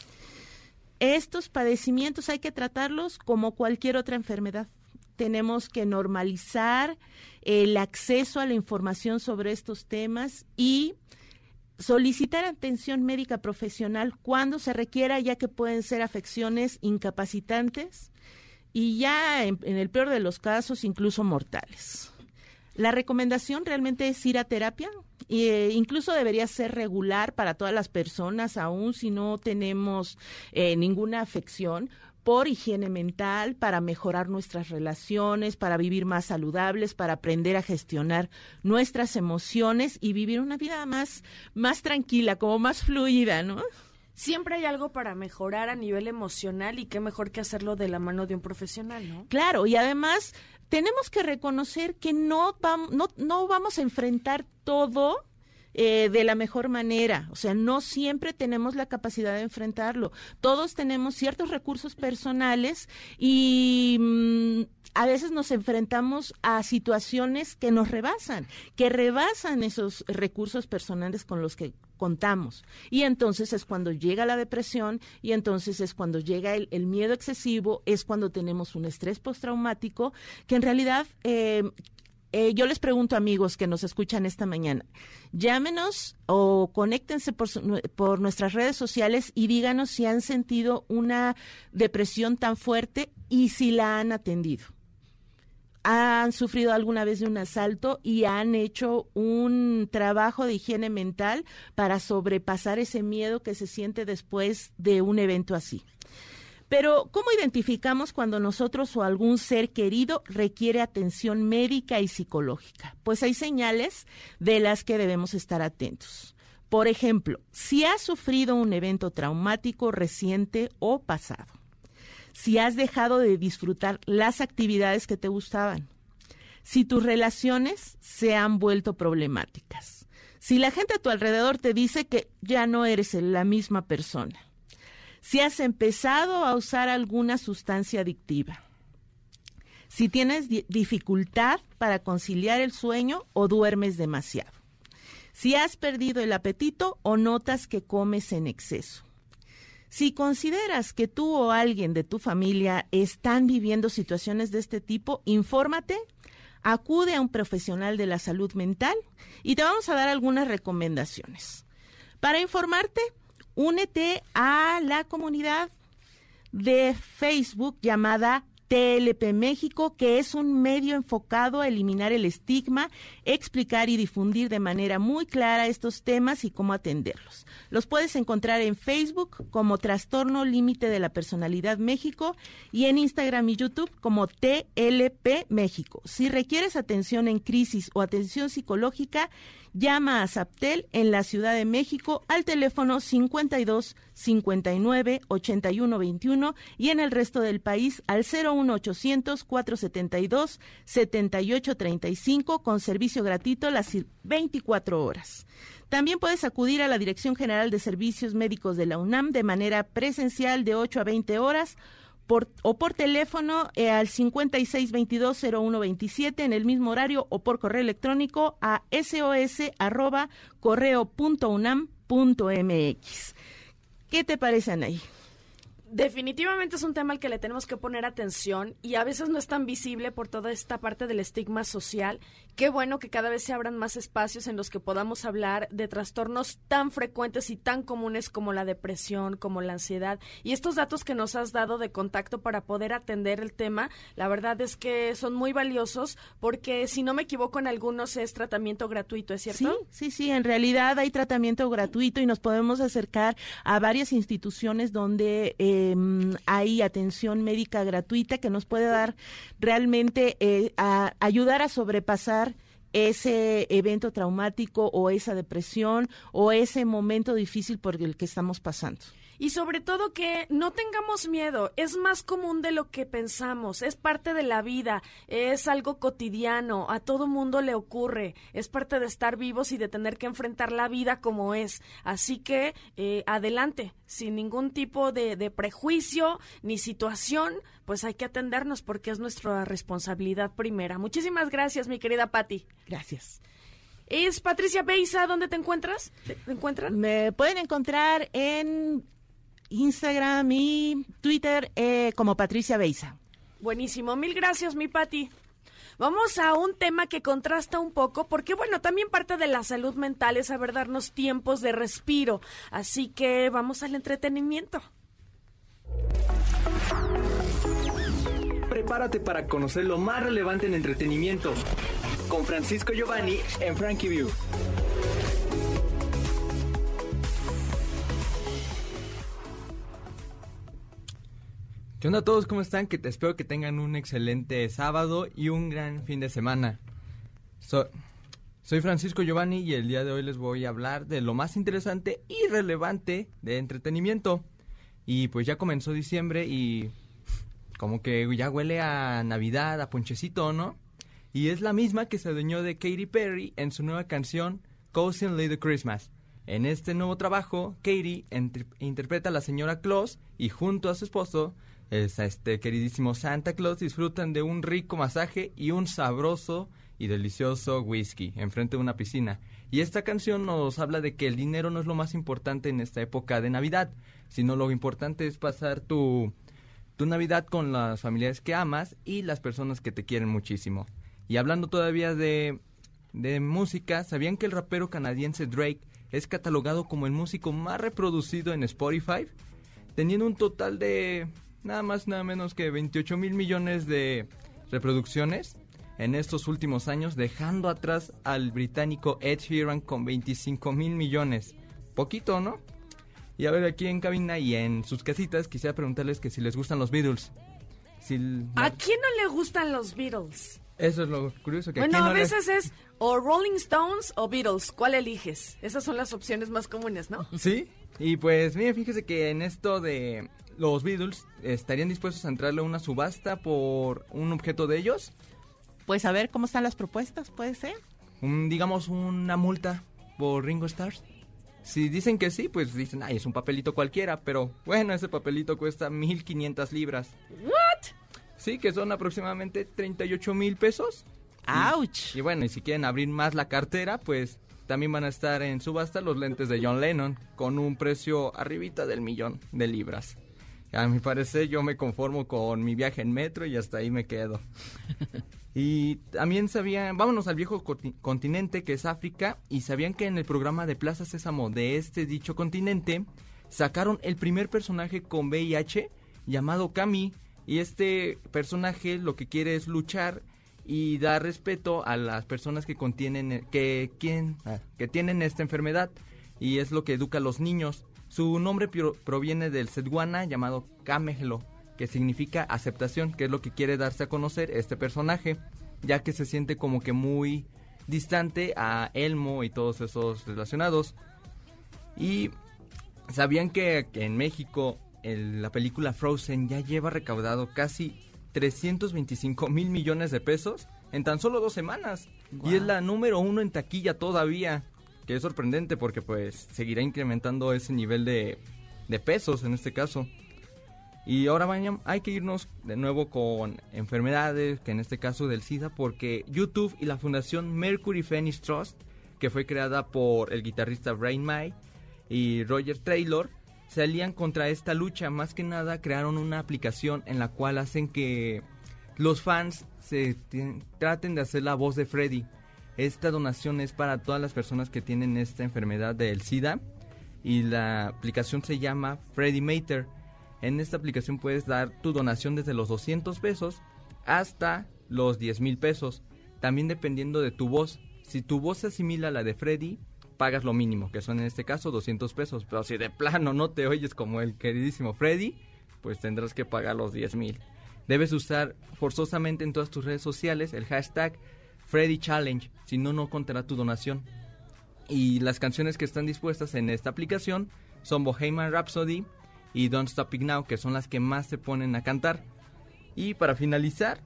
Estos padecimientos hay que tratarlos como cualquier otra enfermedad. Tenemos que normalizar el acceso a la información sobre estos temas y solicitar atención médica profesional cuando se requiera, ya que pueden ser afecciones incapacitantes y ya en el peor de los casos incluso mortales. La recomendación realmente es ir a terapia, incluso debería ser regular para todas las personas, aun si no tenemos ninguna afección, por higiene mental, para mejorar nuestras relaciones, para vivir más saludables, para aprender a gestionar nuestras emociones y vivir una vida más tranquila, como más fluida, ¿no? Siempre hay algo para mejorar a nivel emocional y qué mejor que hacerlo de la mano de un profesional, ¿no? Claro, y además tenemos que reconocer que no vamos a enfrentar todo de la mejor manera. O sea, no siempre tenemos la capacidad de enfrentarlo. Todos tenemos ciertos recursos personales y a veces nos enfrentamos a situaciones que nos rebasan, que rebasan esos recursos personales con los que contamos. Y entonces es cuando llega la depresión y entonces es cuando llega el miedo excesivo, es cuando tenemos un estrés postraumático que en realidad yo les pregunto, amigos que nos escuchan esta mañana, llámenos o conéctense por nuestras redes sociales y díganos si han sentido una depresión tan fuerte y si la han atendido. ¿Han sufrido alguna vez de un asalto y han hecho un trabajo de higiene mental para sobrepasar ese miedo que se siente después de un evento así? Pero, ¿cómo identificamos cuando nosotros o algún ser querido requiere atención médica y psicológica? Pues hay señales de las que debemos estar atentos. Por ejemplo, si has sufrido un evento traumático reciente o pasado. Si has dejado de disfrutar las actividades que te gustaban. Si tus relaciones se han vuelto problemáticas. Si la gente a tu alrededor te dice que ya no eres la misma persona. Si has empezado a usar alguna sustancia adictiva. Si tienes dificultad para conciliar el sueño o duermes demasiado. Si has perdido el apetito o notas que comes en exceso. Si consideras que tú o alguien de tu familia están viviendo situaciones de este tipo, infórmate, acude a un profesional de la salud mental y te vamos a dar algunas recomendaciones. Para informarte, únete a la comunidad de Facebook llamada TLP México, que es un medio enfocado a eliminar el estigma, explicar y difundir de manera muy clara estos temas y cómo atenderlos. Los puedes encontrar en Facebook como Trastorno Límite de la Personalidad México y en Instagram y YouTube como TLP México. Si requieres atención en crisis o atención psicológica, llama a Saptel en la Ciudad de México al teléfono 52 59 81 21 y en el resto del país al 01800 472 78 35 con servicio gratuito las 24 horas. También puedes acudir a la Dirección General de Servicios Médicos de la UNAM de manera presencial de 8 a 20 horas o por teléfono al 5622-0127 en el mismo horario o por correo electrónico a sos@correo.unam.mx. ¿Qué te parece, Anaí? Definitivamente es un tema al que le tenemos que poner atención y a veces no es tan visible por toda esta parte del estigma social. Qué bueno que cada vez se abran más espacios en los que podamos hablar de trastornos tan frecuentes y tan comunes como la depresión, como la ansiedad. Y estos datos que nos has dado de contacto para poder atender el tema, la verdad es que son muy valiosos porque, si no me equivoco, en algunos es tratamiento gratuito, ¿es cierto? Sí, en realidad hay tratamiento gratuito y nos podemos acercar a varias instituciones donde hay atención médica gratuita que nos puede dar realmente ayudar a sobrepasar ese evento traumático o esa depresión o ese momento difícil por el que estamos pasando. Y sobre todo que no tengamos miedo, es más común de lo que pensamos, es parte de la vida, es algo cotidiano, a todo mundo le ocurre, es parte de estar vivos y de tener que enfrentar la vida como es. Así que adelante, sin ningún tipo de prejuicio ni situación, pues hay que atendernos porque es nuestra responsabilidad primera. Muchísimas gracias, mi querida Pati. Gracias. Es Patricia Beiza, ¿dónde te encuentras? ¿Te encuentran? Me pueden encontrar en Instagram y Twitter como Patricia Beiza. Buenísimo, mil gracias, mi Pati. Vamos a un tema que contrasta un poco, porque bueno, también parte de la salud mental es saber darnos tiempos de respiro. Así que vamos al entretenimiento. Prepárate para conocer lo más relevante en entretenimiento con Francisco Giovanni en Frankie View. ¿Qué onda a todos? ¿Cómo están? Espero que tengan un excelente sábado y un gran fin de semana. Soy Francisco Giovanni y el día de hoy les voy a hablar de lo más interesante y relevante de entretenimiento. Y pues ya comenzó diciembre y como que ya huele a Navidad, a ponchecito, ¿no? Y es la misma que se adueñó de Katy Perry en su nueva canción Cozy Little Christmas. En este nuevo trabajo, Katy interpreta a la señora Claus y junto a su esposo, queridísimo Santa Claus, disfrutan de un rico masaje y un sabroso y delicioso whisky enfrente de una piscina. Y esta canción nos habla de que el dinero no es lo más importante en esta época de Navidad, sino lo importante es pasar tu Navidad con las familiares que amas y las personas que te quieren muchísimo. Y hablando todavía de música, ¿sabían que el rapero canadiense Drake es catalogado como el músico más reproducido en Spotify? Teniendo un total de nada más, nada menos que 28 mil millones de reproducciones en estos últimos años, dejando atrás al británico Ed Sheeran con 25 mil millones. Poquito, ¿no? Y a ver, aquí en cabina y en sus casitas, quisiera preguntarles que si les gustan los Beatles. ¿A quién no le gustan los Beatles? Eso es lo curioso. Que bueno, aquí no a veces es o Rolling Stones o Beatles. ¿Cuál eliges? Esas son las opciones más comunes, ¿no? Sí, y pues mire, fíjese que en esto de los Beatles, ¿estarían dispuestos a entrarle a una subasta por un objeto de ellos? Pues a ver cómo están las propuestas, ¿puede ser? Digamos una multa por Ringo Starr. Si dicen que sí, pues dicen, ay, es un papelito cualquiera, pero bueno, ese papelito cuesta 1,500 libras. ¿What? Sí, que son aproximadamente 38 mil pesos. ¡Auch! Y bueno, y si quieren abrir más la cartera, pues también van a estar en subasta los lentes de John Lennon, con un precio arribita del 1,000,000 de libras. A mi parecer, yo me conformo con mi viaje en metro y hasta ahí me quedo. Y también sabían, vámonos al viejo continente que es África, y sabían que en el programa de Plaza Sésamo de este dicho continente sacaron el primer personaje con VIH llamado Cami, y este personaje lo que quiere es luchar y dar respeto a las personas que tienen esta enfermedad, y es lo que educa a los niños. Su nombre proviene del Setswana llamado Kamehlo, que significa aceptación, que es lo que quiere darse a conocer este personaje, ya que se siente como que muy distante a Elmo y todos esos relacionados. Y ¿sabían que en México la película Frozen ya lleva recaudado casi 325 mil millones de pesos en tan solo 2 semanas? Wow. Y es la número 1 en taquilla todavía, que es sorprendente porque pues seguirá incrementando ese nivel de pesos en este caso. Y ahora hay que irnos de nuevo con enfermedades, que en este caso del SIDA, porque YouTube y la fundación Mercury Phoenix Trust, que fue creada por el guitarrista Brian May y Roger Taylor, se alían contra esta lucha. Más que nada crearon una aplicación en la cual hacen que los fans traten de hacer la voz de Freddy. Esta donación es para todas las personas que tienen esta enfermedad del SIDA, y la aplicación se llama Freddy Mater. En esta aplicación puedes dar tu donación desde los 200 pesos hasta los 10,000 pesos. También dependiendo de tu voz. Si tu voz se asimila a la de Freddy, pagas lo mínimo, que son en este caso 200 pesos. Pero si de plano no te oyes como el queridísimo Freddy, pues tendrás que pagar los 10,000. Debes usar forzosamente en todas tus redes sociales el hashtag Freddy Challenge, si no, no contará tu donación. Y las canciones que están dispuestas en esta aplicación son Bohemian Rhapsody y Don't Stop It Now, que son las que más se ponen a cantar. Y para finalizar,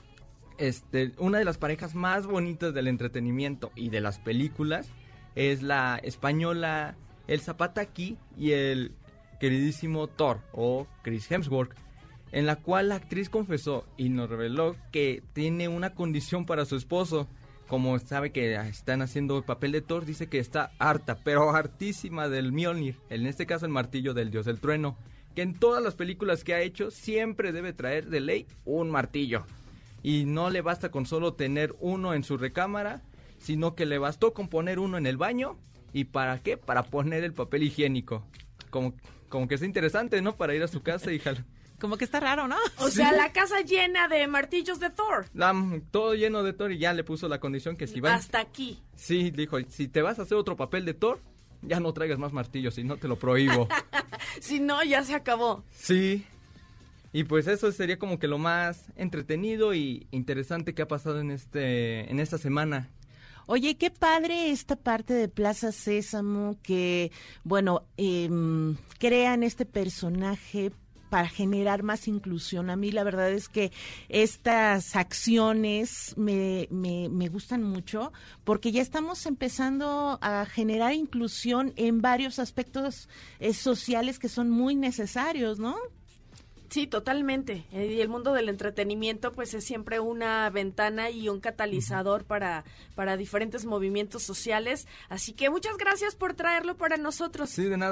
una de las parejas más bonitas del entretenimiento y de las películas es la española Elsa Pataky y el queridísimo Thor o Chris Hemsworth, en la cual la actriz confesó y nos reveló que tiene una condición para su esposo. Como sabe que están haciendo el papel de Thor, dice que está harta, pero hartísima del Mjolnir, en este caso el martillo del dios del trueno, que en todas las películas que ha hecho siempre debe traer de ley un martillo. Y no le basta con solo tener uno en su recámara, sino que le bastó con poner uno en el baño. ¿Y para qué? Para poner el papel higiénico. Como que es interesante, ¿no? Para ir a su casa y jalar. Como que está raro, ¿no? O sea, la casa llena de martillos de Thor. Todo lleno de Thor, y ya le puso la condición que si van... Hasta aquí. Sí, dijo, si te vas a hacer otro papel de Thor, ya no traigas más martillos, si no te lo prohíbo. Si no, ya se acabó. Sí. Y pues eso sería como que lo más entretenido y interesante que ha pasado en esta semana. Oye, qué padre esta parte de Plaza Sésamo que, bueno, crean este personaje para generar más inclusión. A mí la verdad es que estas acciones me gustan mucho porque ya estamos empezando a generar inclusión en varios aspectos sociales que son muy necesarios, ¿no? Sí, totalmente. Y el mundo del entretenimiento pues es siempre una ventana y un catalizador para diferentes movimientos sociales. Así que muchas gracias por traerlo para nosotros. Sí, de nada.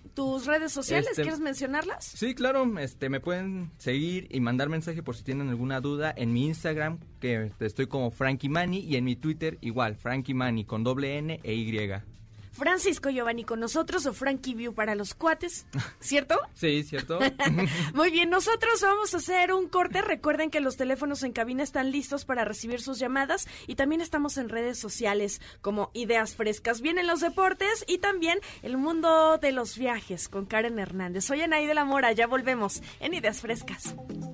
tus redes sociales, ¿quieres mencionarlas? Sí, claro, me pueden seguir y mandar mensaje por si tienen alguna duda en mi Instagram, que estoy como Frankie Manny, y en mi Twitter igual, Frankie Manny, con doble N e Y. Francisco Giovanni con nosotros, o Frankie View para los cuates, ¿cierto? Sí, cierto. Muy bien, nosotros vamos a hacer un corte. Recuerden que los teléfonos en cabina están listos para recibir sus llamadas y también estamos en redes sociales como Ideas Frescas. Vienen los deportes y también el mundo de los viajes con Karen Hernández. Soy Anaí de la Mora, ya volvemos en Ideas Frescas.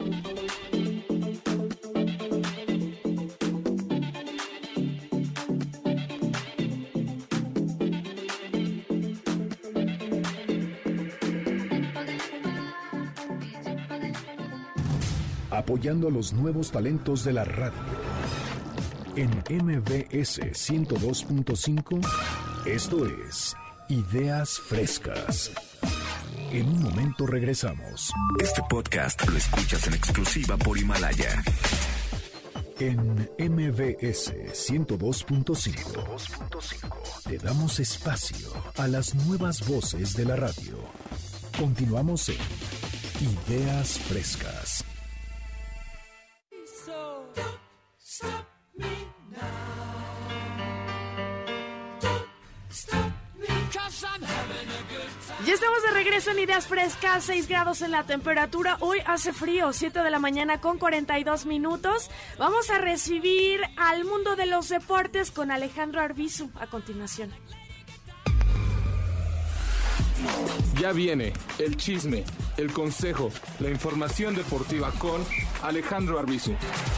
Apoyando a los nuevos talentos de la radio. En MBS 102.5, esto es Ideas Frescas. En un momento regresamos. Este podcast lo escuchas en exclusiva por Himalaya. En MBS 102.5, te damos espacio a las nuevas voces de la radio. Continuamos en Ideas Frescas. Ya estamos de regreso en Ideas Frescas, 6 grados en la temperatura. Hoy hace frío, 7 de la mañana con 42 minutos. Vamos a recibir al mundo de los deportes con Alejandro Arbizu a continuación. Ya viene el chisme, el consejo, la información deportiva con Alejandro Arbizu.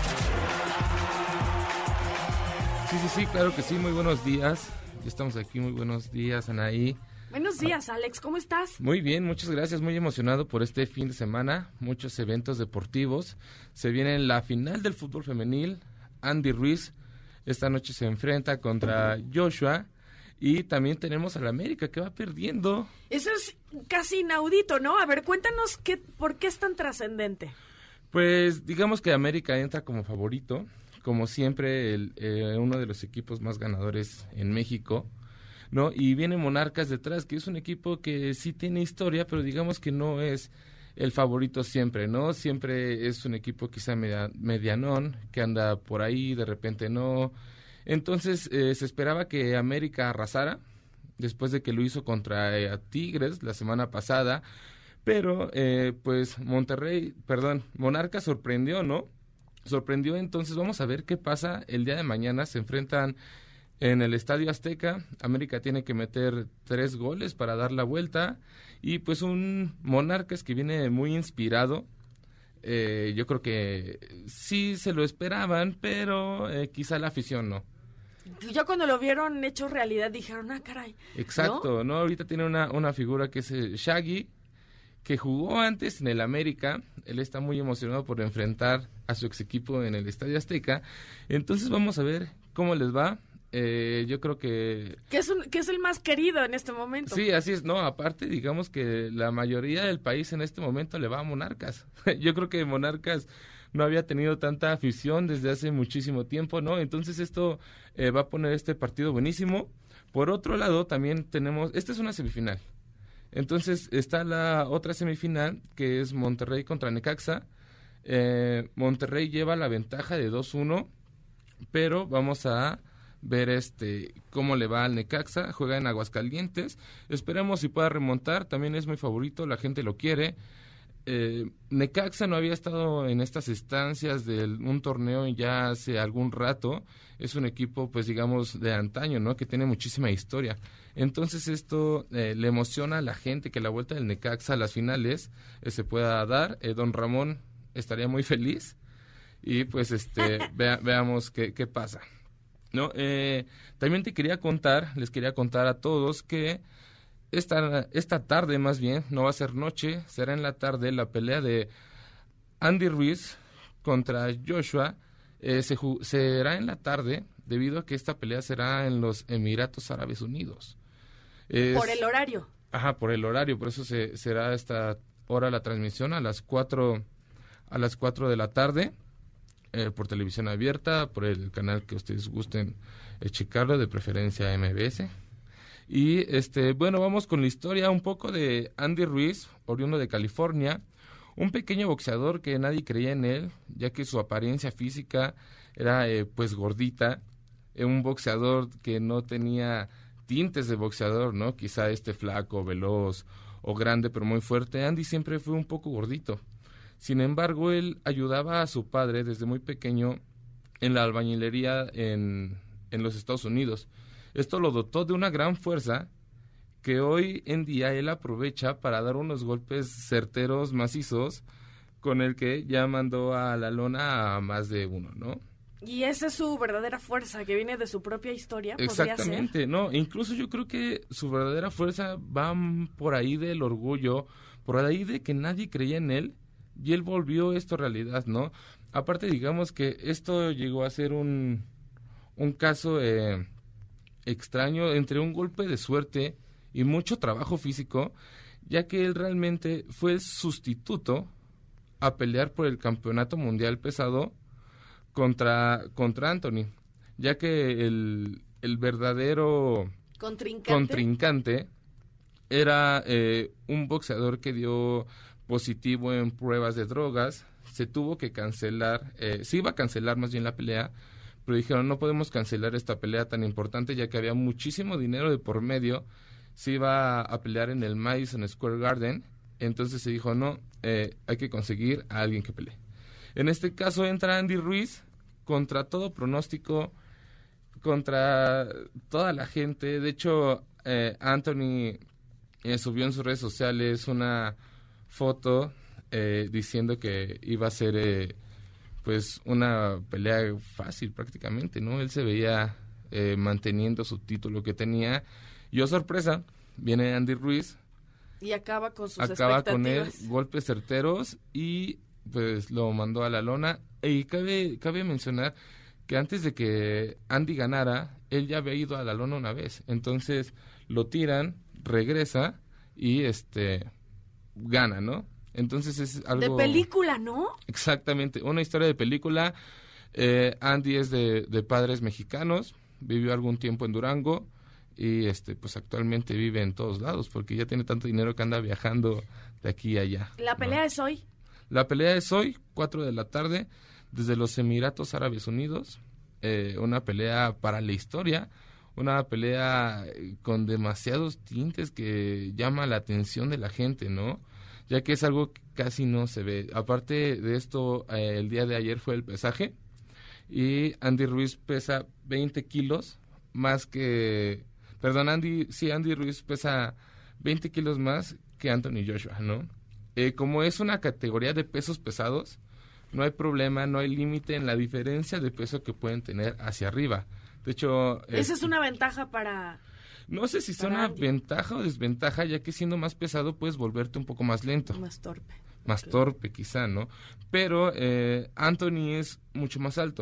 Sí, claro que sí, muy buenos días. Ya estamos aquí, muy buenos días, Anaí. Buenos días, Alex, ¿cómo estás? Muy bien, muchas gracias, muy emocionado por este fin de semana, muchos eventos deportivos. Se viene la final del fútbol femenil, Andy Ruiz esta noche se enfrenta contra Joshua y también tenemos al América que va perdiendo. Eso es casi inaudito, ¿no? A ver, cuéntanos por qué es tan trascendente. Pues digamos que América entra como favorito, como siempre uno de los equipos más ganadores en México, ¿no? Y viene Monarcas detrás, que es un equipo que sí tiene historia, pero digamos que no es el favorito siempre, ¿no? Siempre es un equipo quizá medianón, que anda por ahí, de repente no. Entonces se esperaba que América arrasara, después de que lo hizo contra Tigres la semana pasada, pero pues Monarcas sorprendió, ¿no? Sorprendió, entonces vamos a ver qué pasa el día de mañana. Se enfrentan en el Estadio Azteca. América tiene que meter 3 goles para dar la vuelta y pues un Monarcas que viene muy inspirado. Yo creo que sí se lo esperaban, pero quizá la afición no. Ya cuando lo vieron hecho realidad dijeron, caray. Exacto, ¿no? Ahorita tiene una figura que es Shaggy, que jugó antes en el América. Él está muy emocionado por enfrentar a su ex equipo en el Estadio Azteca. Entonces vamos a ver cómo les va. Yo creo que es el más querido en este momento. Sí, así es. No, aparte digamos que la mayoría del país en este momento le va a Monarcas. Yo creo que Monarcas no había tenido tanta afición desde hace muchísimo tiempo, ¿no? Entonces esto va a poner este partido buenísimo. Por otro lado también tenemos, esta es una semifinal. Entonces está la otra semifinal que es Monterrey contra Necaxa. Monterrey lleva la ventaja de 2-1, pero vamos a ver cómo le va al Necaxa. Juega en Aguascalientes, esperemos si pueda remontar, también es muy favorito, la gente lo quiere. Necaxa no había estado en estas instancias de un torneo ya hace algún rato. Es un equipo pues digamos de antaño, ¿no? Que tiene muchísima historia. Entonces esto le emociona a la gente, que la vuelta del Necaxa a las finales se pueda dar. Don Ramón estaría muy feliz y pues veamos qué pasa, ¿no? También les quería contar a todos que esta tarde, más bien, no va a ser noche, será en la tarde, la pelea de Andy Ruiz contra Joshua. Será en la tarde, debido a que esta pelea será en los Emiratos Árabes Unidos. Por el horario. Ajá, por el horario, por eso será esta hora la transmisión a las 4 de la tarde, por televisión abierta, por el canal que ustedes gusten checarlo, de preferencia MBS. Y bueno, vamos con la historia un poco de Andy Ruiz, oriundo de California, un pequeño boxeador que nadie creía en él, ya que su apariencia física era pues gordita, un boxeador que no tenía tintes de boxeador, ¿no? Quizá flaco, veloz o grande, pero muy fuerte. Andy siempre fue un poco gordito. Sin embargo, él ayudaba a su padre desde muy pequeño en la albañilería en los Estados Unidos. Esto lo dotó de una gran fuerza que hoy en día él aprovecha para dar unos golpes certeros, macizos, con el que ya mandó a la lona a más de uno, ¿no? Y esa es su verdadera fuerza, que viene de su propia historia. Exactamente, no, incluso yo creo que su verdadera fuerza va por ahí del orgullo, por ahí de que nadie creía en él, y él volvió esto realidad, ¿no? Aparte, digamos que esto llegó a ser un caso extraño entre un golpe de suerte y mucho trabajo físico, ya que él realmente fue el sustituto a pelear por el campeonato mundial pesado contra Anthony, ya que el verdadero contrincante era un boxeador que dio positivo en pruebas de drogas. Se tuvo que cancelar, se iba a cancelar más bien la pelea, pero dijeron no podemos cancelar esta pelea tan importante ya que había muchísimo dinero de por medio. Se iba a pelear en el Madison Square Garden, entonces se dijo no, hay que conseguir a alguien que pelee. En este caso entra Andy Ruiz contra todo pronóstico, contra toda la gente. De hecho, Anthony subió en sus redes sociales una foto diciendo que iba a ser pues una pelea fácil prácticamente, ¿no? Él se veía manteniendo su título que tenía. Y oh sorpresa, viene Andy Ruiz. Y acaba con sus acaba expectativas. Con él, golpes certeros y pues lo mandó a la lona. Y cabe mencionar que antes de que Andy ganara, él ya había ido a la lona una vez. Entonces lo tiran, regresa y gana, ¿no? Entonces es algo... De película, ¿no? Exactamente, una historia de película. Andy es de padres mexicanos, vivió algún tiempo en Durango y pues actualmente vive en todos lados porque ya tiene tanto dinero que anda viajando de aquí a allá. ¿La pelea es hoy? La pelea es hoy, 4 de la tarde, desde los Emiratos Árabes Unidos. Una pelea para la historia, una pelea con demasiados tintes que llama la atención de la gente, ¿no? Ya que es algo que casi no se ve. Aparte de esto, el día de ayer fue el pesaje y Andy Ruiz pesa 20 kilos más que... Perdón, Andy Ruiz pesa 20 kilos más que Anthony Joshua, ¿no? Como es una categoría de pesos pesados, no hay problema, no hay límite en la diferencia de peso que pueden tener hacia arriba. De hecho... Esa es una ventaja para... No sé si sea una ventaja o desventaja, ya que siendo más pesado puedes volverte un poco más lento. Más torpe. Más torpe quizá, ¿no? Pero Anthony es mucho más alto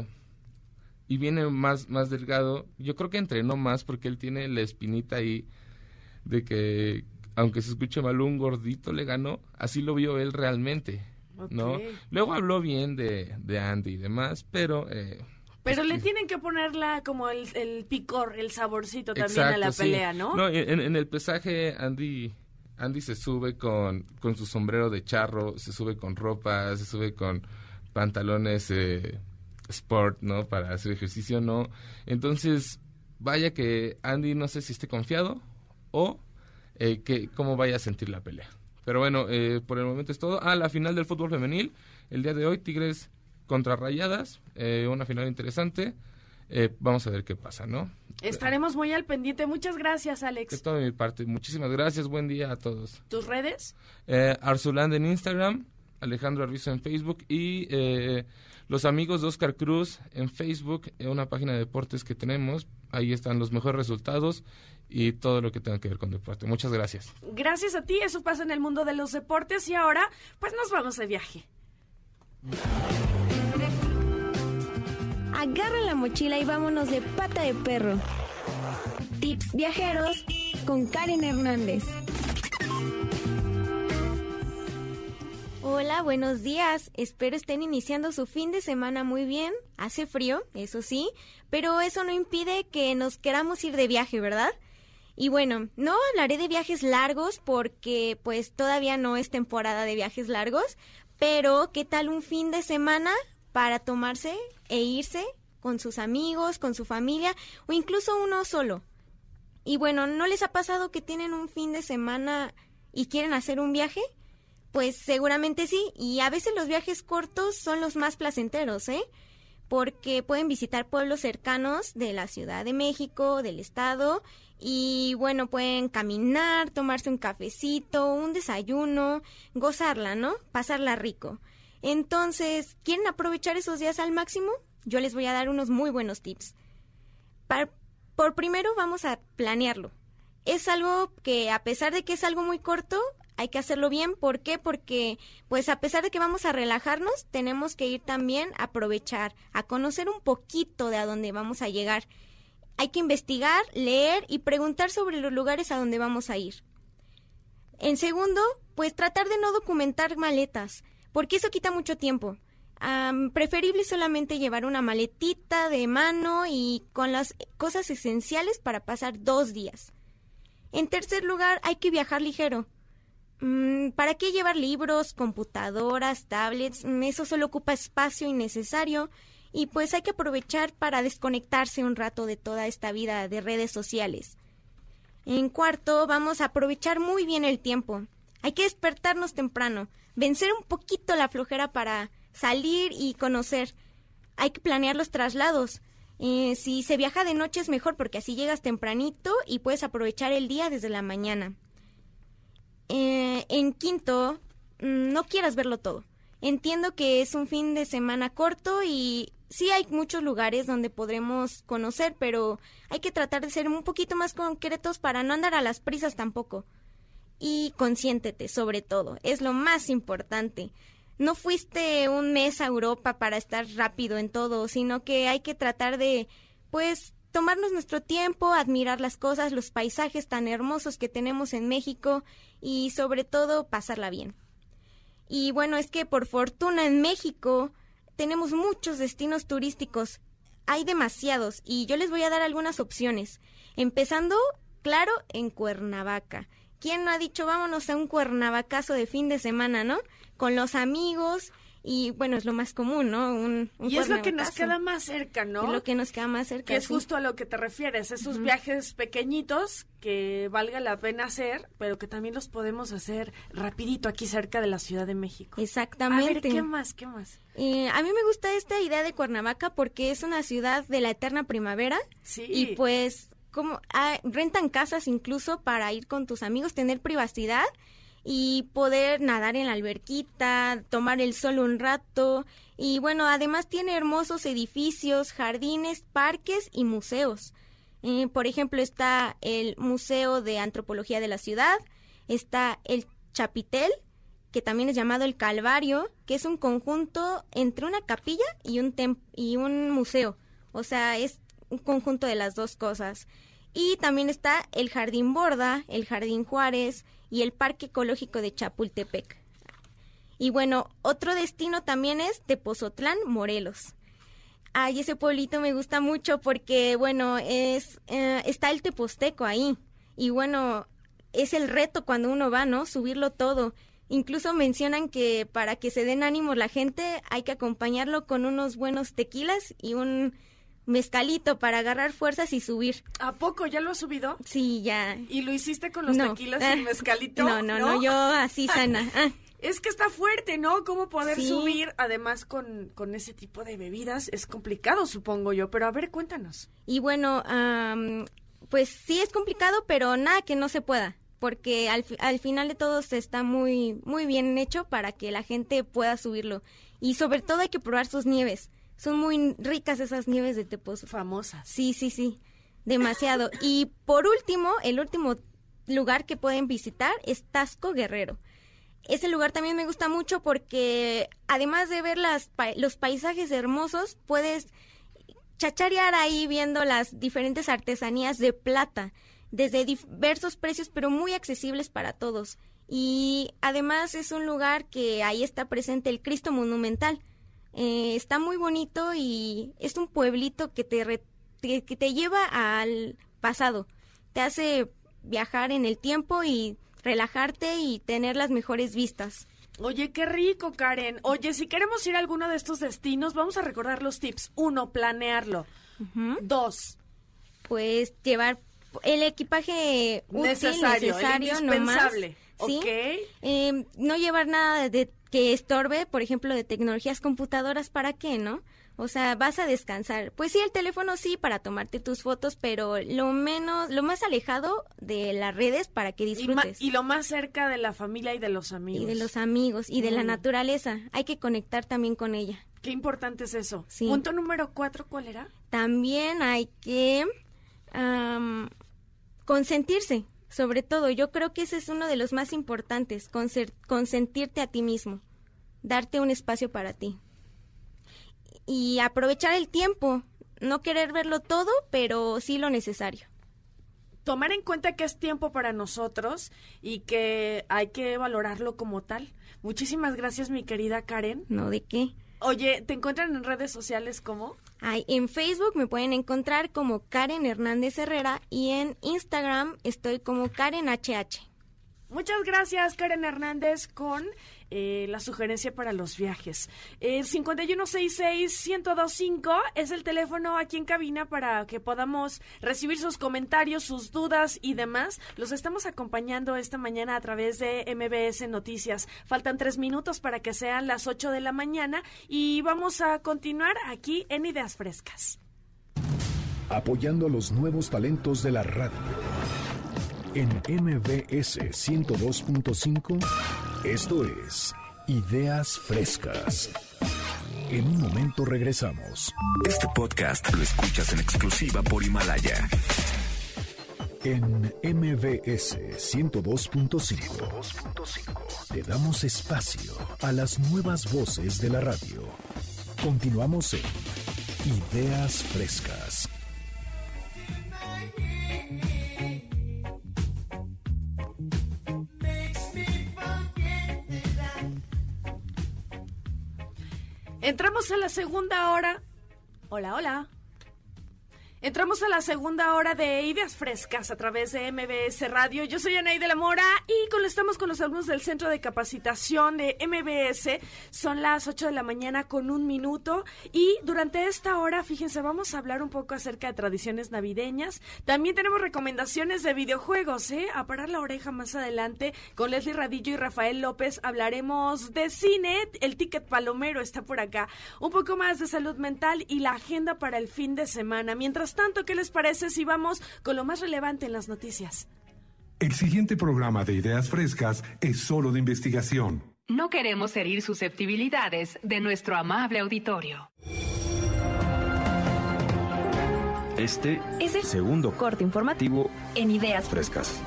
y viene más delgado. Yo creo que entrenó más porque él tiene la espinita ahí de que, aunque se escuche mal, un gordito le ganó. Así lo vio él realmente, ¿no? Okay. Luego habló bien de Andy y demás, pero... Pero le tienen que ponerla como el picor, el saborcito también a la pelea, sí. ¿no? No, en el pesaje Andy se sube con su sombrero de charro, se sube con ropa, se sube con pantalones sport, ¿no? Para hacer ejercicio, ¿no? Entonces, vaya que Andy no sé si esté confiado o cómo vaya a sentir la pelea. Pero bueno, por el momento es todo. La final del fútbol femenil, el día de hoy, Tigres contra Rayadas, una final interesante. Vamos a ver qué pasa, ¿no? Estaremos muy al pendiente. Muchas gracias, Alex. De toda mi parte, muchísimas gracias. Buen día a todos. ¿Tus redes? Arzuland en Instagram, Alejandro Arvizo en Facebook y los amigos de Oscar Cruz en Facebook, una página de deportes que tenemos. Ahí están los mejores resultados y todo lo que tenga que ver con deporte. Muchas gracias. Gracias a ti, eso pasa en el mundo de los deportes y ahora pues nos vamos de viaje. Agarra la mochila y vámonos de pata de perro. Tips viajeros con Karen Hernández. Hola, buenos días. Espero estén iniciando su fin de semana muy bien. Hace frío, eso sí, pero eso no impide que nos queramos ir de viaje, ¿verdad? Y bueno, no hablaré de viajes largos porque pues todavía no es temporada de viajes largos, pero ¿qué tal un fin de semana para tomarse e irse con sus amigos, con su familia o incluso uno solo? Y bueno, ¿no les ha pasado que tienen un fin de semana y quieren hacer un viaje? Pues seguramente sí, y a veces los viajes cortos son los más placenteros, porque pueden visitar pueblos cercanos de la Ciudad de México, del estado, y bueno, pueden caminar, tomarse un cafecito, un desayuno, gozarla, ¿no? Pasarla rico. Entonces, ¿quieren aprovechar esos días al máximo? Yo les voy a dar unos muy buenos tips. Por primero vamos a planearlo. Es algo que a pesar de que es algo muy corto, hay que hacerlo bien. ¿Por qué? Porque pues a pesar de que vamos a relajarnos, tenemos que ir también a aprovechar, a conocer un poquito de a dónde vamos a llegar. Hay que investigar, leer y preguntar sobre los lugares a donde vamos a ir. En segundo, pues tratar de no documentar maletas, porque eso quita mucho tiempo. Preferible solamente llevar una maletita de mano y con las cosas esenciales para pasar 2 días. En tercer lugar, hay que viajar ligero. ¿Para qué llevar libros, computadoras, tablets? Eso solo ocupa espacio innecesario y pues hay que aprovechar para desconectarse un rato de toda esta vida de redes sociales. En cuarto, vamos a aprovechar muy bien el tiempo. Hay que despertarnos temprano, vencer un poquito la flojera para salir y conocer. Hay que planear los traslados. Si se viaja de noche es mejor porque así llegas tempranito y puedes aprovechar el día desde la mañana. En quinto, no quieras verlo todo. Entiendo que es un fin de semana corto y sí hay muchos lugares donde podremos conocer, pero hay que tratar de ser un poquito más concretos para no andar a las prisas tampoco. Y consiéntete, sobre todo, es lo más importante. No fuiste un mes a Europa para estar rápido en todo, sino que hay que tratar de, pues, tomarnos nuestro tiempo, admirar las cosas, los paisajes tan hermosos que tenemos en México y sobre todo pasarla bien. Y bueno, es que por fortuna en México tenemos muchos destinos turísticos, hay demasiados y yo les voy a dar algunas opciones, empezando, claro, en Cuernavaca. ¿Quién no ha dicho vámonos a un cuernavacazo de fin de semana, no? Con los amigos y bueno, es lo más común, ¿no? Y es lo que nos queda más cerca, ¿no? Es lo que nos queda más cerca, que es justo a lo que te refieres, esos viajes pequeñitos que valga la pena hacer, pero que también los podemos hacer rapidito aquí cerca de la Ciudad de México. Exactamente. A ver, ¿qué más? A mí me gusta esta idea de Cuernavaca porque es una ciudad de la eterna primavera. Sí. Y pues rentan casas incluso para ir con tus amigos, tener privacidad y poder nadar en la alberquita, tomar el sol un rato. Y bueno, además tiene hermosos edificios, jardines, parques y museos. Por ejemplo, está el Museo de Antropología de la Ciudad, está el Chapitel, que también es llamado el Calvario, que es un conjunto entre una capilla y un museo. O sea, es un conjunto de las dos cosas. Y también está el Jardín Borda, el Jardín Juárez y el Parque Ecológico de Chapultepec. Y bueno, otro destino también es Tepozotlán, Morelos. Ay, ese pueblito me gusta mucho porque, bueno, está el Teposteco ahí. Y bueno, es el reto cuando uno va, ¿no? Subirlo todo. Incluso mencionan que para que se den ánimos la gente hay que acompañarlo con unos buenos tequilas y un mezcalito para agarrar fuerzas y subir. ¿A poco? ¿Ya lo has subido? Sí, ya. ¿Y lo hiciste con los tequilas y el mezcalito? No, yo así sana. Es que está fuerte, ¿no? ¿Cómo poder subir? Además, con ese tipo de bebidas es complicado, supongo yo. Pero a ver, cuéntanos. Y bueno, pues sí es complicado, pero nada que no se pueda. Porque al final de todo está muy, muy bien hecho para que la gente pueda subirlo. Y sobre todo hay que probar sus nieves. Son muy ricas esas nieves de Tepozo. Famosas. Sí. Demasiado. Y por último, el último lugar que pueden visitar es Taxco Guerrero. Ese lugar también me gusta mucho porque además de ver los paisajes hermosos, puedes chacharear ahí viendo las diferentes artesanías de plata, desde diversos precios, pero muy accesibles para todos. Y además es un lugar que ahí está presente el Cristo Monumental. Está muy bonito y es un pueblito que te lleva al pasado. Te hace viajar en el tiempo y relajarte y tener las mejores vistas. Oye, qué rico, Karen. Oye, si queremos ir a alguno de estos destinos, vamos a recordar los tips. 1, planearlo. 2, pues llevar el equipaje necesario, el indispensable. Nomás, ¿sí? Okay. No llevar nada que estorbe, por ejemplo, de tecnologías computadoras, ¿para qué, no? O sea, vas a descansar. Pues sí, el teléfono sí, para tomarte tus fotos, pero lo más alejado de las redes para que disfrutes. Y lo más cerca de la familia y de los amigos. Y de los amigos, y de la naturaleza. Hay que conectar también con ella. Qué importante es eso. Sí. Punto número 4, ¿cuál era? También hay que consentirse, sobre todo. Yo creo que ese es uno de los más importantes, consentirte a ti mismo, darte un espacio para ti. Y aprovechar el tiempo, no querer verlo todo, pero sí lo necesario. Tomar en cuenta que es tiempo para nosotros y que hay que valorarlo como tal. Muchísimas gracias, mi querida Karen. No, ¿de qué? Oye, ¿te encuentran en redes sociales cómo? En Facebook me pueden encontrar como Karen Hernández Herrera y en Instagram estoy como Karen HH. Muchas gracias, Karen Hernández, con la sugerencia para los viajes. 5166-1025 es el teléfono aquí en cabina para que podamos recibir sus comentarios, sus dudas y demás. Los estamos acompañando esta mañana a través de MBS Noticias. Faltan 3 minutos para que sean las 8 de la mañana y vamos a continuar aquí en Ideas Frescas. Apoyando a los nuevos talentos de la radio. En MBS 102.5, esto es Ideas Frescas. En un momento regresamos. Este podcast lo escuchas en exclusiva por Himalaya. En MBS 102.5 te damos espacio a las nuevas voces de la radio. Continuamos en Ideas Frescas. Entramos a la segunda hora. Hola. Entramos a la segunda hora de Ideas Frescas a través de MBS Radio. Yo soy Anaí de la Mora y estamos con los alumnos del Centro de Capacitación de MBS. Son las 8 de la mañana con 1 minuto y durante esta hora, fíjense, vamos a hablar un poco acerca de tradiciones navideñas. También tenemos recomendaciones de videojuegos, a parar la oreja más adelante. Con Leslie Radillo y Rafael López hablaremos de cine. El ticket palomero está por acá. Un poco más de salud mental y la agenda para el fin de semana. Mientras tanto, ¿qué les parece si vamos con lo más relevante en las noticias? El siguiente programa de Ideas Frescas es solo de investigación. No queremos herir susceptibilidades de nuestro amable auditorio. Este es el segundo corte informativo en Ideas Frescas.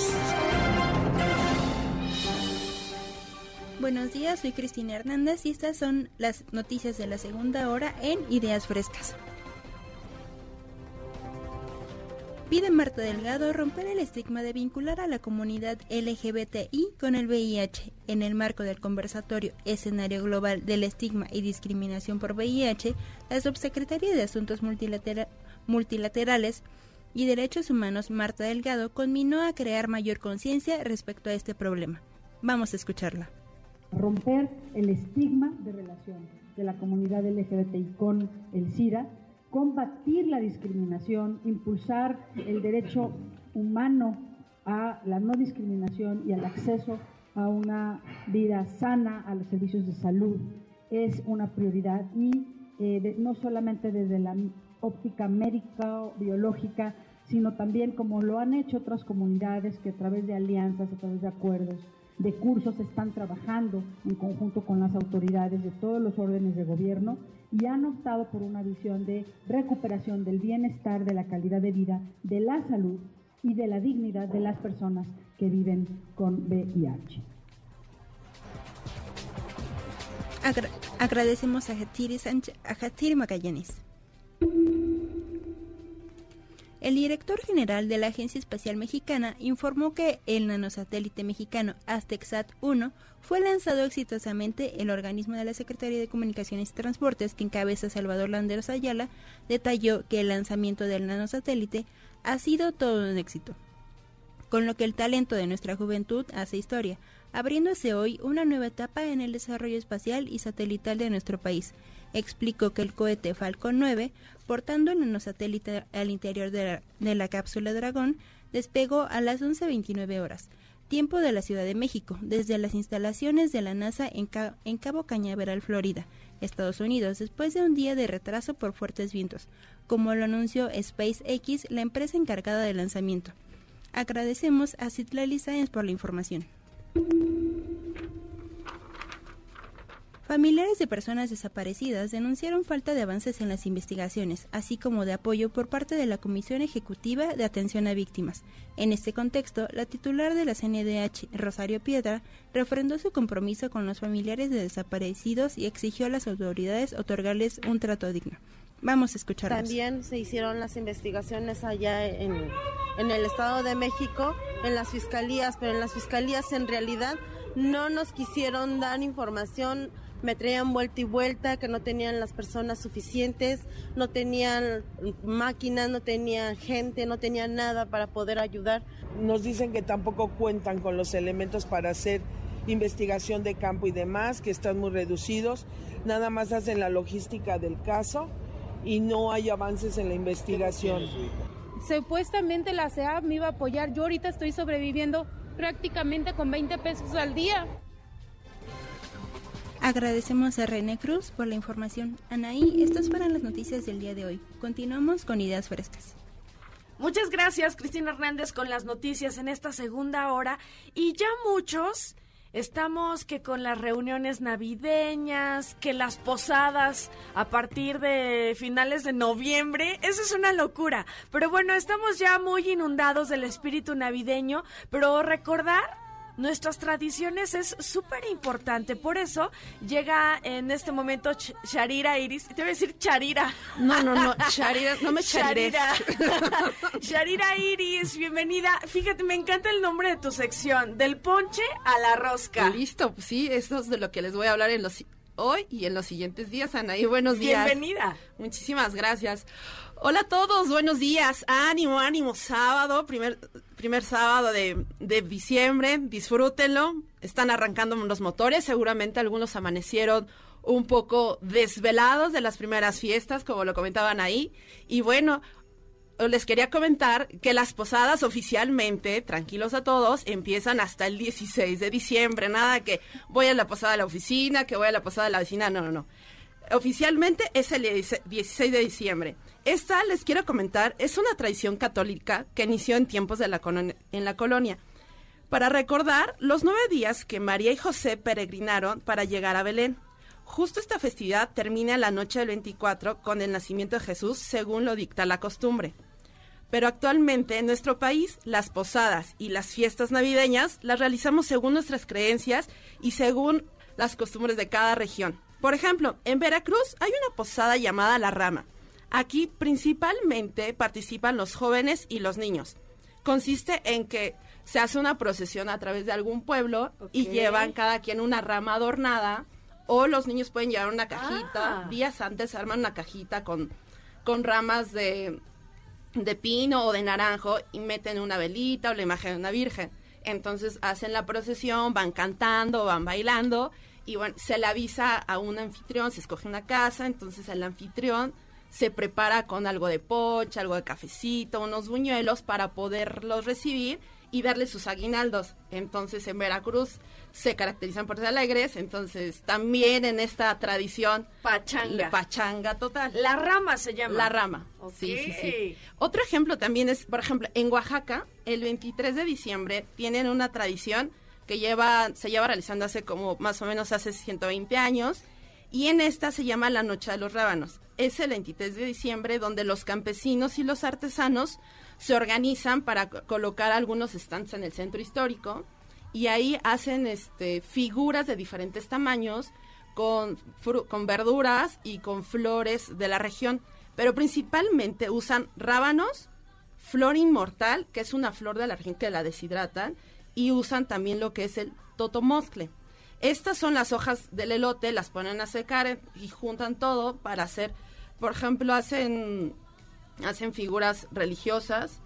Buenos días, soy Cristina Hernández y estas son las noticias de la segunda hora en Ideas Frescas. Pide Marta Delgado romper el estigma de vincular a la comunidad LGBTI con el VIH. En el marco del conversatorio Escenario Global del Estigma y Discriminación por VIH, la Subsecretaría de Asuntos Multilaterales y Derechos Humanos, Marta Delgado, conminó a crear mayor conciencia respecto a este problema. Vamos a escucharla. Romper el estigma de relación de la comunidad LGBTI con el SIDA, combatir la discriminación, impulsar el derecho humano a la no discriminación y al acceso a una vida sana, a los servicios de salud, es una prioridad y no solamente desde la óptica médica o biológica, sino también como lo han hecho otras comunidades que a través de alianzas, a través de acuerdos, de cursos están trabajando en conjunto con las autoridades de todos los órdenes de gobierno y han optado por una visión de recuperación del bienestar, de la calidad de vida, de la salud y de la dignidad de las personas que viven con VIH. Agradecemos a Hatiri Magallanes. El director general de la Agencia Espacial Mexicana informó que el nanosatélite mexicano Aztec-SAT-1 fue lanzado exitosamente. El organismo de la Secretaría de Comunicaciones y Transportes, que encabeza Salvador Landeros Ayala, detalló que el lanzamiento del nanosatélite ha sido todo un éxito. con lo que el talento de nuestra juventud hace historia, abriéndose hoy una nueva etapa en el desarrollo espacial y satelital de nuestro país. Explicó que el cohete Falcon 9, portando el nanosatélite al interior de la cápsula Dragón, despegó a las 11:29 horas, tiempo de la Ciudad de México, desde las instalaciones de la NASA en Cabo Cañaveral, Florida, Estados Unidos, después de un día de retraso por fuertes vientos, como lo anunció SpaceX, la empresa encargada del lanzamiento. Agradecemos a Citlali Science por la información. Familiares de personas desaparecidas denunciaron falta de avances en las investigaciones, así como de apoyo por parte de la Comisión Ejecutiva de Atención a Víctimas. En este contexto, la titular de la CNDH, Rosario Piedra, refrendó su compromiso con los familiares de desaparecidos y exigió a las autoridades otorgarles un trato digno. Vamos a escucharlos. También se hicieron las investigaciones allá en el Estado de México, en las fiscalías, pero en las fiscalías en realidad no nos quisieron dar información. Me traían vuelta y vuelta, que no tenían las personas suficientes, no tenían máquinas, no tenían gente, no tenían nada para poder ayudar. Nos dicen que tampoco cuentan con los elementos para hacer investigación de campo y demás, que están muy reducidos, nada más hacen la logística del caso y no hay avances en la investigación. Supuestamente la CEAP me iba a apoyar, yo ahorita estoy sobreviviendo prácticamente con 20 pesos al día. Agradecemos a René Cruz por la información. Anaí, estas fueron las noticias del día de hoy. Continuamos con Ideas Frescas. Muchas gracias, Cristina Hernández, con las noticias en esta segunda hora. Y ya muchos estamos que con las reuniones navideñas, que las posadas a partir de finales de noviembre, eso es una locura. Pero bueno, estamos ya muy inundados del espíritu navideño, pero recordar nuestras tradiciones es súper importante. Por eso llega en este momento Sharira Iris. Te voy a decir Charira. No, Sharira, no me charires. Sharira Iris, bienvenida. Fíjate, me encanta el nombre de tu sección, del ponche a la rosca. Listo, pues sí, eso es de lo que les voy a hablar hoy y en los siguientes días, Anaí. Buenos días. Bienvenida. Muchísimas gracias. Hola a todos, buenos días. Ánimo, sábado, primer sábado de diciembre, disfrútenlo. Están arrancando los motores, seguramente algunos amanecieron un poco desvelados de las primeras fiestas, como lo comentaban ahí. Y bueno, les quería comentar que las posadas oficialmente, tranquilos a todos, empiezan hasta el 16 de diciembre. Nada que voy a la posada de la oficina, que voy a la posada de la vecina, no. Oficialmente es el 16 de diciembre. Esta, les quiero comentar, es una tradición católica que inició en tiempos de en la colonia, para recordar los 9 días que María y José peregrinaron para llegar a Belén. Justo esta festividad termina la noche del 24 con el nacimiento de Jesús, según lo dicta la costumbre. Pero actualmente en nuestro país, las posadas y las fiestas navideñas las realizamos según nuestras creencias y según las costumbres de cada región. Por ejemplo, en Veracruz hay una posada llamada La Rama. Aquí principalmente participan los jóvenes y los niños. Consiste en que se hace una procesión a través de algún pueblo y llevan cada quien una rama adornada, o los niños pueden llevar una cajita. Días antes arman una cajita con ramas de pino o de naranjo y meten una velita o la imagen de una virgen. Entonces hacen la procesión, van cantando, van bailando y bueno, se le avisa a un anfitrión, se escoge una casa, entonces el anfitrión se prepara con algo de ponche, algo de cafecito, unos buñuelos para poderlos recibir y darles sus aguinaldos. Entonces en Veracruz se caracterizan por ser alegres, entonces también en esta tradición pachanga total. La Rama se llama. La Rama. Okay. Sí. Otro ejemplo también es, por ejemplo, en Oaxaca, el 23 de diciembre tienen una tradición que se lleva realizando hace como más o menos hace 120 años, y en esta se llama la Noche de los Rábanos. Es el 23 de diciembre donde los campesinos y los artesanos se organizan para colocar algunos stands en el centro histórico y ahí hacen figuras de diferentes tamaños con verduras y con flores de la región, pero principalmente usan rábanos, flor inmortal, que es una flor de la región que la deshidratan, y usan también lo que es el totomoscle. Estas son las hojas del elote, las ponen a secar y juntan todo para hacer, por ejemplo, hacen figuras religiosas,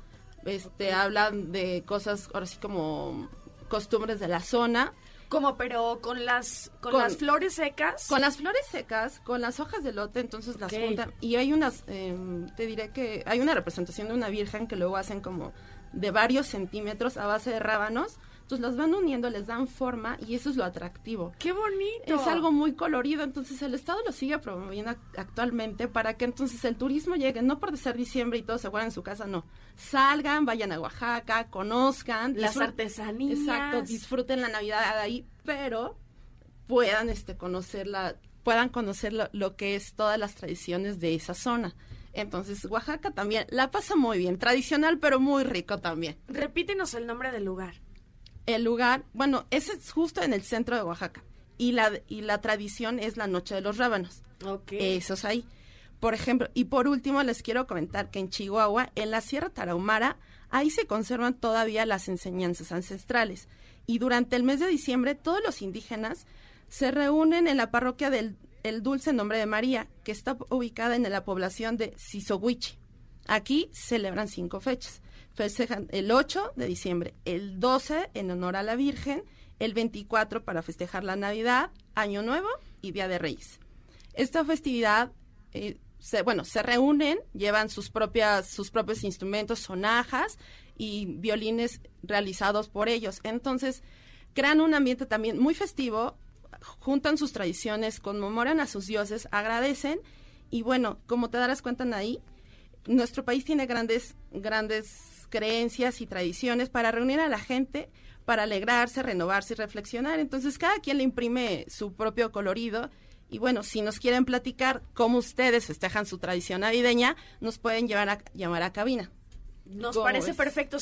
hablan de cosas, ahora sí como costumbres de la zona. Pero con las flores secas. Con las flores secas, con las hojas de elote, entonces las juntan. Y hay unas, te diré que hay una representación de una virgen que luego hacen como de varios centímetros a base de rábanos. Entonces las van uniendo, les dan forma y eso es lo atractivo. ¡Qué bonito! Es algo muy colorido, entonces el Estado lo sigue promoviendo actualmente para que entonces el turismo llegue, no por ser diciembre y todos se guarden en su casa, no. Salgan, vayan a Oaxaca, conozcan. Las artesanías. Exacto, disfruten la Navidad ahí, pero puedan puedan conocer lo que es todas las tradiciones de esa zona. Entonces, Oaxaca también la pasa muy bien, tradicional, pero muy rico también. Repítenos el nombre del lugar. El lugar, bueno, ese es justo en el centro de Oaxaca. Y la tradición es la Noche de los Rábanos. Eso es ahí. Por ejemplo, y por último les quiero comentar que en Chihuahua, en la Sierra Tarahumara, ahí se conservan todavía las enseñanzas ancestrales. Y durante el mes de diciembre, todos los indígenas se reúnen en la parroquia del Dulce Nombre de María, que está ubicada en la población de Sisohuichi. Aquí celebran 5 fechas. Festejan el 8 de diciembre, el 12 en honor a la Virgen, el 24 para festejar la Navidad, Año Nuevo y Día de Reyes. Esta festividad, se reúnen, llevan sus propios instrumentos, sonajas y violines realizados por ellos. Entonces, crean un ambiente también muy festivo, juntan sus tradiciones, conmemoran a sus dioses, agradecen y bueno, como te darás cuenta ahí, nuestro país tiene grandes creencias y tradiciones para reunir a la gente, para alegrarse, renovarse y reflexionar. Entonces, cada quien le imprime su propio colorido. Y bueno, si nos quieren platicar cómo ustedes festejan su tradición navideña, nos pueden llamar a cabina. Nos parece perfecto,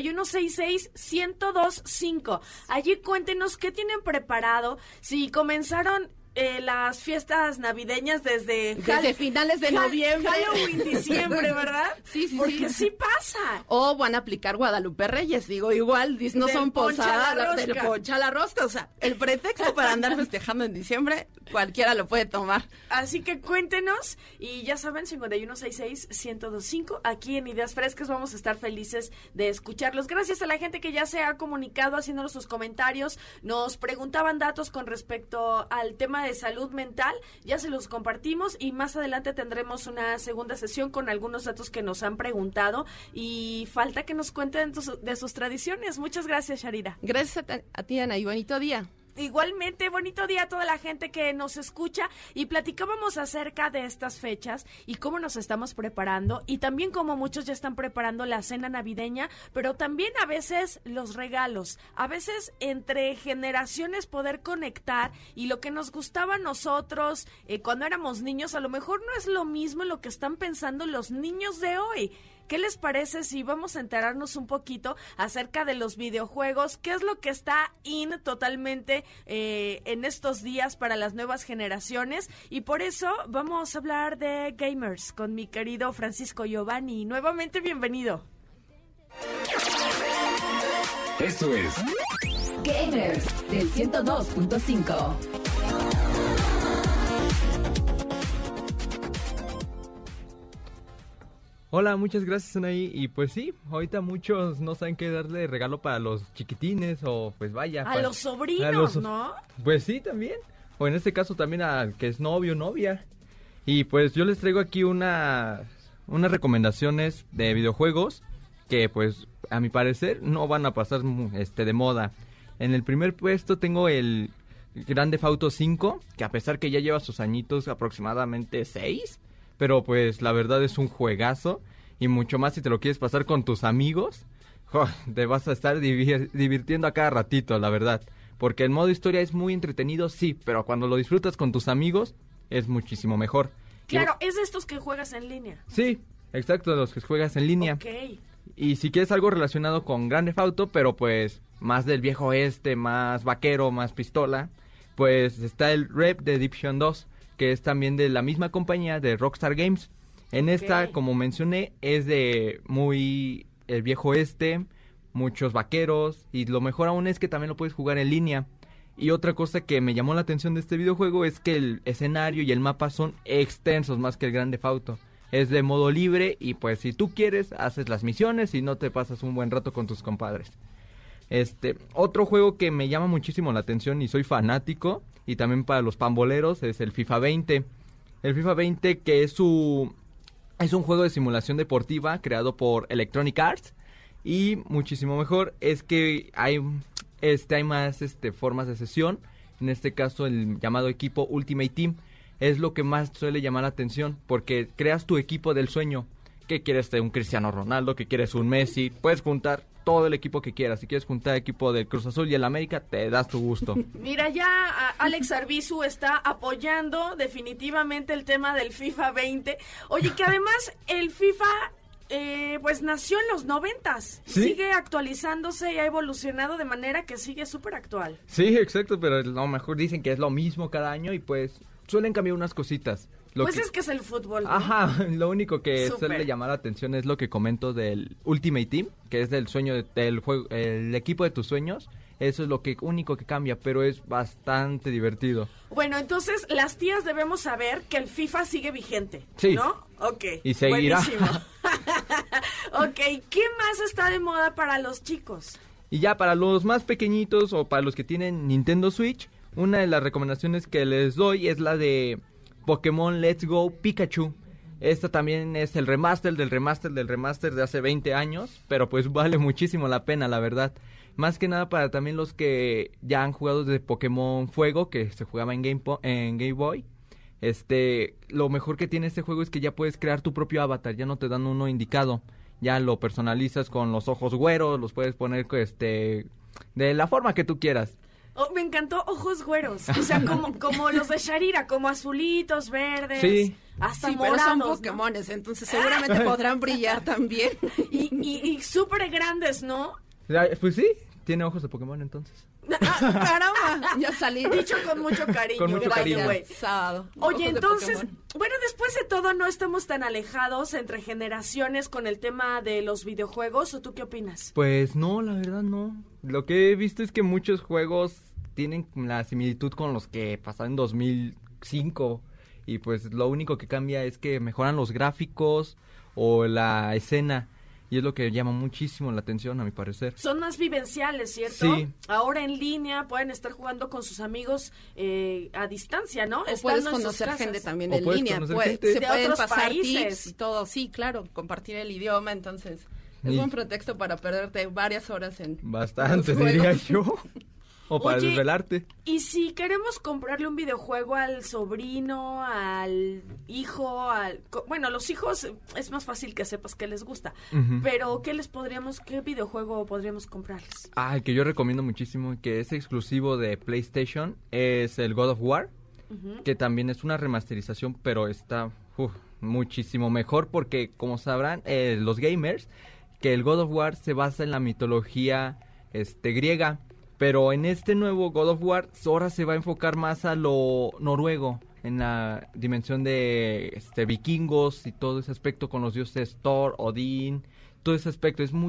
5166-1025. Allí cuéntenos qué tienen preparado, si comenzaron las fiestas navideñas desde finales de noviembre. Halloween, diciembre, ¿verdad? Sí. Porque sí pasa. O van a aplicar Guadalupe Reyes, digo, igual no son posadas del poncha a la rosca, o sea, el pretexto para andar festejando en diciembre, cualquiera lo puede tomar. Así que cuéntenos, y ya saben, 5166-1025, aquí en Ideas Frescas vamos a estar felices de escucharlos. Gracias a la gente que ya se ha comunicado haciéndonos sus comentarios, nos preguntaban datos con respecto al tema de salud mental, ya se los compartimos y más adelante tendremos una segunda sesión con algunos datos que nos han preguntado y falta que nos cuenten de sus tradiciones. Muchas gracias, Sharira. Gracias a ti, Ana, y bonito día. Igualmente, bonito día a toda la gente que nos escucha y platicábamos acerca de estas fechas y cómo nos estamos preparando y también cómo muchos ya están preparando la cena navideña, pero también a veces los regalos, a veces entre generaciones poder conectar y lo que nos gustaba a nosotros cuando éramos niños a lo mejor no es lo mismo lo que están pensando los niños de hoy. ¿Qué les parece si vamos a enterarnos un poquito acerca de los videojuegos? ¿Qué es lo que está totalmente en estos días para las nuevas generaciones? Y por eso vamos a hablar de gamers con mi querido Francisco Giovanni. Nuevamente, bienvenido. Esto es Gamers del 102.5. Hola, muchas gracias, Anaí. Y pues sí, ahorita muchos no saben qué darle regalo para los chiquitines o pues vaya. A los sobrinos, ¿no? Pues sí, también. O en este caso también al que es novio o novia. Y pues yo les traigo aquí unas recomendaciones de videojuegos que pues a mi parecer no van a pasar de moda. En el primer puesto tengo el Grand Theft Auto 5, que a pesar que ya lleva sus añitos, aproximadamente 6, pero pues la verdad es un juegazo y mucho más si te lo quieres pasar con tus amigos, te vas a estar divirtiendo a cada ratito, la verdad. Porque el modo historia es muy entretenido, sí, pero cuando lo disfrutas con tus amigos es muchísimo mejor. Claro, es de estos que juegas en línea. Sí, exacto, de los que juegas en línea. Ok. Y si quieres algo relacionado con Grand Theft Auto, pero pues más del viejo oeste, más vaquero, más pistola, pues está el Red Dead Redemption 2, que es también de la misma compañía de Rockstar Games. En esta, como mencioné, es de muy el viejo oeste, muchos vaqueros, y lo mejor aún es que también lo puedes jugar en línea. Y otra cosa que me llamó la atención de este videojuego es que el escenario y el mapa son extensos más que el Grand Theft Auto. Es de modo libre y pues si tú quieres, haces las misiones y no te pasas un buen rato con tus compadres. Otro juego que me llama muchísimo la atención y soy fanático, y también para los pamboleros, es el FIFA 20. El FIFA 20 que es un juego de simulación deportiva creado por Electronic Arts, y muchísimo mejor es que hay más formas de sesión. En este caso el llamado equipo Ultimate Team es lo que más suele llamar la atención, porque creas tu equipo del sueño. ¿Qué quieres? Un Cristiano Ronaldo, ¿qué quieres? Un Messi. Puedes juntar todo el equipo que quieras. Si quieres juntar equipo del Cruz Azul y el América, te das tu gusto. Mira, ya Alex Arbizu está apoyando definitivamente el tema del FIFA 20. Oye, que además el FIFA pues nació en los 90s. ¿Sí? Sigue actualizándose y ha evolucionado de manera que sigue súper actual. Sí, exacto, pero a lo mejor dicen que es lo mismo cada año y pues suelen cambiar unas cositas. Es que es el fútbol, ¿no? Ajá, lo único que suele llamar la atención es lo que comento del Ultimate Team, que es del sueño del juego, el equipo de tus sueños. Eso es lo único que cambia, pero es bastante divertido. Bueno, entonces las tías debemos saber que el FIFA sigue vigente, sí, ¿no? Ok. Y seguirá. Buenísimo. Ok, ¿qué más está de moda para los chicos? Y ya para los más pequeñitos o para los que tienen Nintendo Switch, una de las recomendaciones que les doy es la de Pokémon Let's Go Pikachu. Esta también es el remaster del remaster del remaster de hace 20 años, pero pues vale muchísimo la pena, la verdad. Más que nada para también los que ya han jugado de Pokémon Fuego, que se jugaba en Game Boy. Lo mejor que tiene este juego es que ya puedes crear tu propio avatar, ya no te dan uno indicado. Ya lo personalizas con los ojos güeros, los puedes poner de la forma que tú quieras. Oh, me encantó ojos güeros, o sea, como los de Sharira, como azulitos, verdes, sí, hasta sí, morados, pero son ¿no? Pokémones, entonces seguramente podrán brillar también. Y súper grandes, ¿no? Pues sí, tiene ojos de Pokémon entonces. Caramba, ya salí. Dicho con mucho cariño. Con mucho cariño. Sábado. Oye, entonces, bueno, después de todo no estamos tan alejados entre generaciones con el tema de los videojuegos, ¿o tú qué opinas? Pues no, la verdad no. Lo que he visto es que muchos juegos tienen la similitud con los que pasaron en 2005 y pues lo único que cambia es que mejoran los gráficos o la escena. Y es lo que llama muchísimo la atención, a mi parecer. Son más vivenciales, ¿cierto? Sí. Ahora en línea pueden estar jugando con sus amigos a distancia, ¿no? O puedes conocer gente también en línea. Se pueden pasar tips y todo. Sí, claro, compartir el idioma, entonces es un pretexto para perderte varias horas en... Bastante, diría yo. O para desvelarte. Y si queremos comprarle un videojuego al sobrino, al hijo, bueno, los hijos es más fácil que sepas qué les gusta, pero ¿qué videojuego podríamos comprarles? El que yo recomiendo muchísimo, que es exclusivo de PlayStation, es el God of War, que también es una remasterización, pero está muchísimo mejor porque, como sabrán, los gamers, que el God of War se basa en la mitología griega. Pero en este nuevo God of War, ahora se va a enfocar más a lo noruego, en la dimensión de vikingos y todo ese aspecto con los dioses Thor, Odín, todo ese aspecto. Es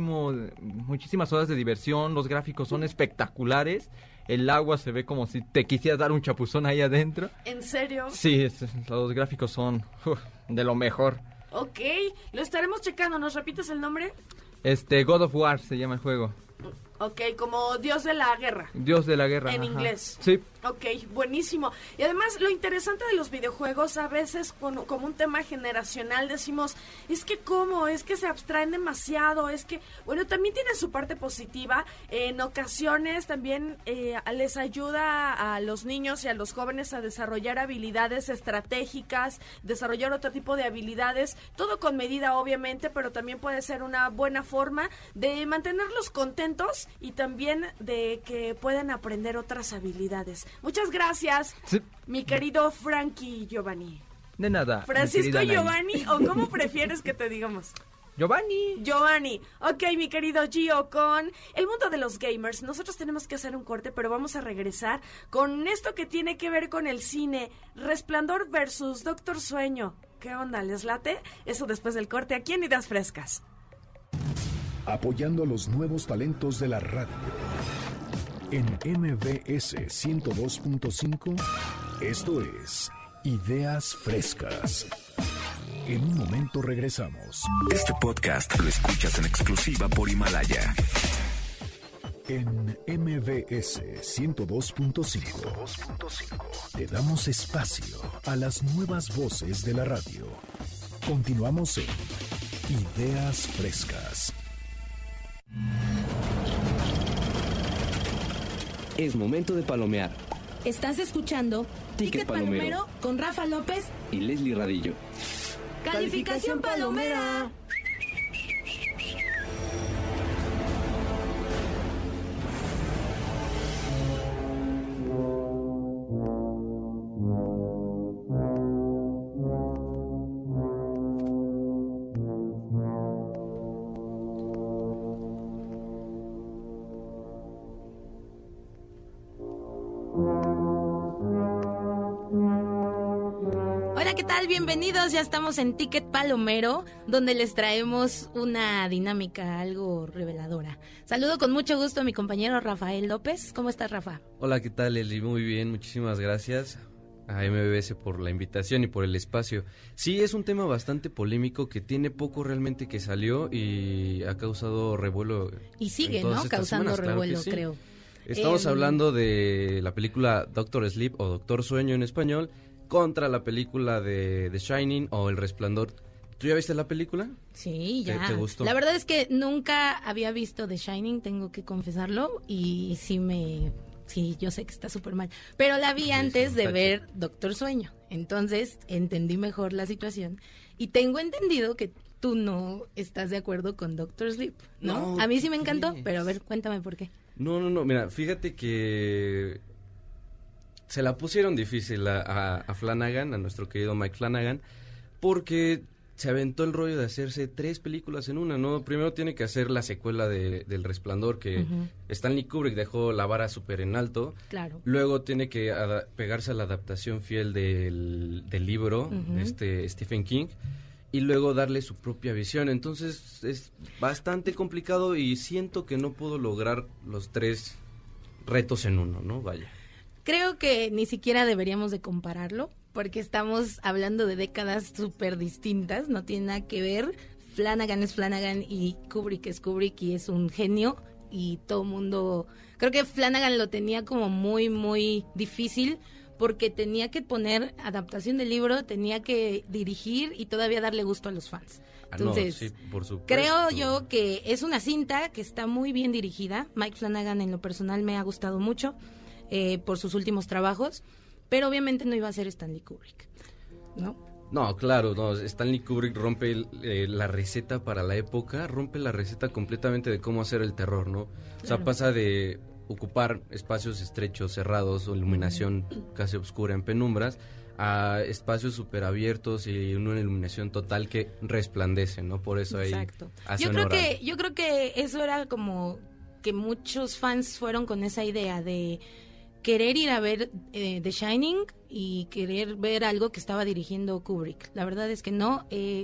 muchísimas horas de diversión, los gráficos son espectaculares, el agua se ve como si te quisieras dar un chapuzón ahí adentro. ¿En serio? Sí, los gráficos son de lo mejor. Ok, lo estaremos checando, ¿nos repites el nombre? God of War se llama el juego. Ok, como Dios de la Guerra. Dios de la Guerra. En inglés. Sí. Ok, buenísimo. Y además, lo interesante de los videojuegos, a veces como un tema generacional, decimos, es que ¿cómo? Es que se abstraen demasiado, es que, bueno, también tiene su parte positiva. En ocasiones también les ayuda a los niños y a los jóvenes a desarrollar habilidades estratégicas, desarrollar otro tipo de habilidades, todo con medida, obviamente, pero también puede ser una buena forma de mantenerlos contentos y también de que puedan aprender otras habilidades. Muchas gracias, sí, mi querido Frankie Giovanni. De nada. ¿Francisco Giovanni o cómo prefieres que te digamos? Giovanni. Ok, mi querido Gio, con el mundo de los gamers. Nosotros tenemos que hacer un corte, pero vamos a regresar con esto que tiene que ver con el cine. Resplandor versus Doctor Sueño. ¿Qué onda? ¿Les late? Eso después del corte aquí en Ideas Frescas. Apoyando a los nuevos talentos de la radio. En MBS 102.5, esto es Ideas Frescas. En un momento regresamos. Este podcast lo escuchas en exclusiva por Himalaya. En MBS 102.5 te damos espacio a las nuevas voces de la radio. Continuamos en Ideas Frescas. Es momento de palomear. Estás escuchando Ticket Palomero con Rafa López y Leslie Radillo. ¡Calificación palomera! Bienvenidos, ya estamos en Ticket Palomero, donde les traemos una dinámica algo reveladora. Saludo con mucho gusto a mi compañero Rafael López. ¿Cómo estás, Rafa? Hola, ¿qué tal, Eli? Muy bien, muchísimas gracias a MBS por la invitación y por el espacio. Sí, es un tema bastante polémico que tiene poco realmente que salió y ha causado revuelo. Y sigue, ¿no? Causando revuelo, claro, sí. Creo. Estamos hablando de la película Doctor Sleep o Doctor Sueño en español, contra la película de The Shining o El Resplandor. ¿Tú ya viste la película? Sí, ya. ¿Te gustó? La verdad es que nunca había visto The Shining, tengo que confesarlo, y sí, yo sé que está súper mal, pero la vi antes de ver Doctor Sueño, entonces entendí mejor la situación, y tengo entendido que tú no estás de acuerdo con Doctor Sleep, ¿no? A mí sí me encantó, pero a ver, cuéntame por qué. No, mira, fíjate que se la pusieron difícil a Flanagan, a nuestro querido Mike Flanagan, porque se aventó el rollo de hacerse 3 películas en una, ¿no? Primero tiene que hacer la secuela del Resplandor, que Stanley Kubrick dejó la vara súper en alto. Claro. Luego tiene que pegarse a la adaptación fiel del libro de Stephen King, y luego darle su propia visión. Entonces es bastante complicado y siento que no pudo lograr los 3 retos en uno, ¿no? Vaya. Creo que ni siquiera deberíamos de compararlo, porque estamos hablando de décadas súper distintas, no tiene nada que ver. Flanagan es Flanagan y Kubrick es Kubrick y es un genio, y todo mundo... Creo que Flanagan lo tenía como muy, muy difícil, porque tenía que poner adaptación del libro, tenía que dirigir y todavía darle gusto a los fans. Entonces, sí, por supuesto. Creo yo que es una cinta que está muy bien dirigida. Mike Flanagan en lo personal me ha gustado mucho. Por sus últimos trabajos, pero obviamente no iba a ser Stanley Kubrick, ¿no? No, claro, no. Stanley Kubrick rompe la receta para la época, rompe la receta completamente de cómo hacer el terror, ¿no? Claro. O sea, pasa de ocupar espacios estrechos, cerrados, o iluminación casi oscura en penumbras, a espacios súper abiertos y una iluminación total que resplandece, ¿no? Por eso ahí hace honor. Yo creo que eso era como que muchos fans fueron con esa idea de querer ir a ver The Shining y querer ver algo que estaba dirigiendo Kubrick. La verdad es que no.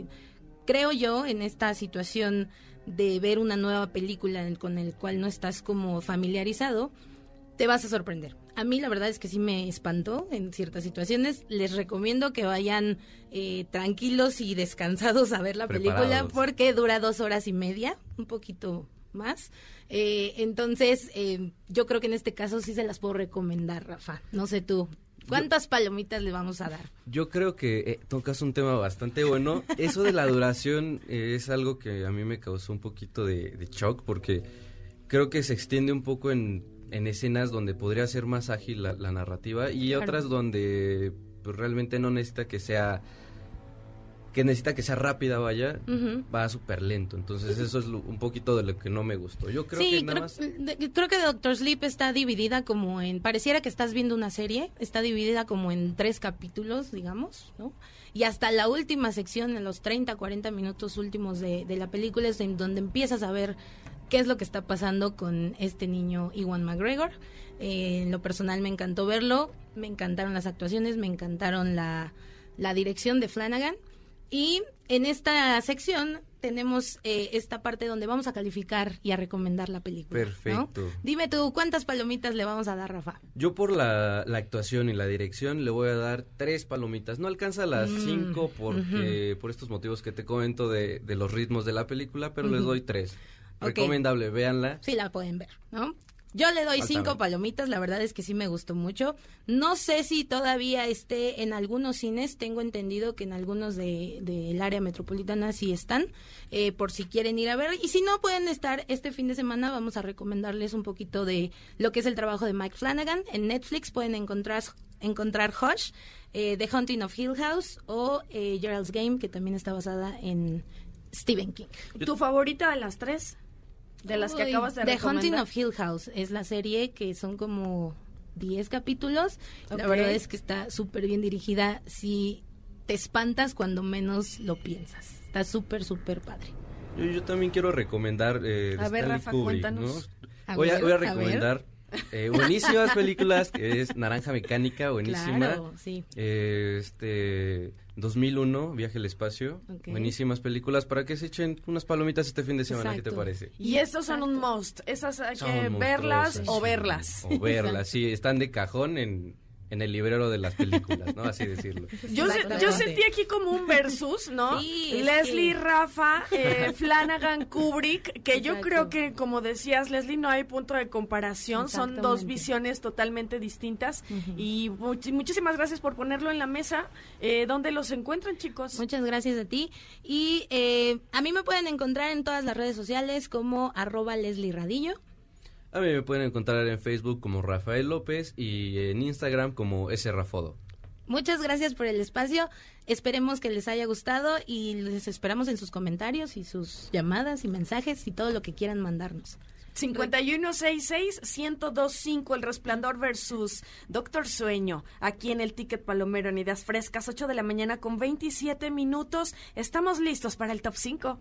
Creo yo, en esta situación de ver una nueva película con el cual no estás como familiarizado, te vas a sorprender. A mí la verdad es que sí me espantó en ciertas situaciones. Les recomiendo que vayan tranquilos y descansados a ver la película, porque dura 2 horas y media, un poquito más. Entonces, yo creo que en este caso sí se las puedo recomendar, Rafa. No sé tú, ¿cuántas palomitas le vamos a dar? Yo creo que tocas un tema bastante bueno. Eso de la duración es algo que a mí me causó un poquito de shock, porque creo que se extiende un poco en escenas donde podría ser más ágil la narrativa, y otras donde pues, realmente no necesita que sea rápida, vaya, va súper lento. Entonces eso es un poquito de lo que no me gustó. Yo creo que nada más... creo que Doctor Sleep está dividida como pareciera que estás viendo una serie, está dividida como en 3 capítulos, digamos, ¿no? Y hasta la última sección, en los 30, 40 minutos últimos de la película, es en donde empiezas a ver qué es lo que está pasando con este niño Ewan McGregor. En lo personal me encantó verlo, me encantaron las actuaciones, me encantaron la dirección de Flanagan. Y en esta sección tenemos esta parte donde vamos a calificar y a recomendar la película. Perfecto. ¿No? Dime tú, ¿cuántas palomitas le vamos a dar, Rafa? Yo por la actuación y la dirección le voy a dar 3 palomitas. No alcanza las 5 porque por estos motivos que te comento de los ritmos de la película, pero les doy 3. Recomendable, véanla. Sí, la pueden ver, ¿no? Yo le doy 5 palomitas, la verdad es que sí me gustó mucho. No sé si todavía esté en algunos cines, tengo entendido que en algunos del área metropolitana sí están, por si quieren ir a ver. Y si no, pueden estar este fin de semana, vamos a recomendarles un poquito de lo que es el trabajo de Mike Flanagan. En Netflix pueden encontrar Hush, The Haunting of Hill House o Gerald's Game, que también está basada en Stephen King. ¿Tu favorita de las 3? De las que acabas de recomendar. The Haunting of Hill House es la serie que son como 10 capítulos. La verdad es que está súper bien dirigida. Si te espantas cuando menos lo piensas. Está súper, súper padre. Yo también quiero recomendar a ver, Rafa, Kubrick, cuéntanos. ¿no? Voy a recomendar buenísimas películas, que es Naranja Mecánica, buenísima. Claro, sí. 2001, Viaje al Espacio, buenísimas películas para que se echen unas palomitas este fin de semana. ¿Qué te parece? Y estos son un must, esas hay que verlas o verlas. O verlas, sí, están de cajón en el librero de las películas, ¿no? Así decirlo. Yo sentí aquí como un versus, ¿no? Sí, Leslie, Rafa, Flanagan, Kubrick, que yo creo que, como decías, Leslie, no hay punto de comparación, son dos visiones totalmente distintas. Y muchísimas gracias por ponerlo en la mesa. ¿Dónde los encuentran, chicos? Muchas gracias a ti. Y a mí me pueden encontrar en todas las redes sociales como @LeslieRadillo. A mí me pueden encontrar en Facebook como Rafael López y en Instagram como srafodo. Muchas gracias por el espacio. Esperemos que les haya gustado y les esperamos en sus comentarios y sus llamadas y mensajes y todo lo que quieran mandarnos. 5166-1025, El Resplandor versus Doctor Sueño, aquí en el Ticket Palomero en Ideas Frescas, 8 de la mañana con 27 minutos. Estamos listos para el Top 5.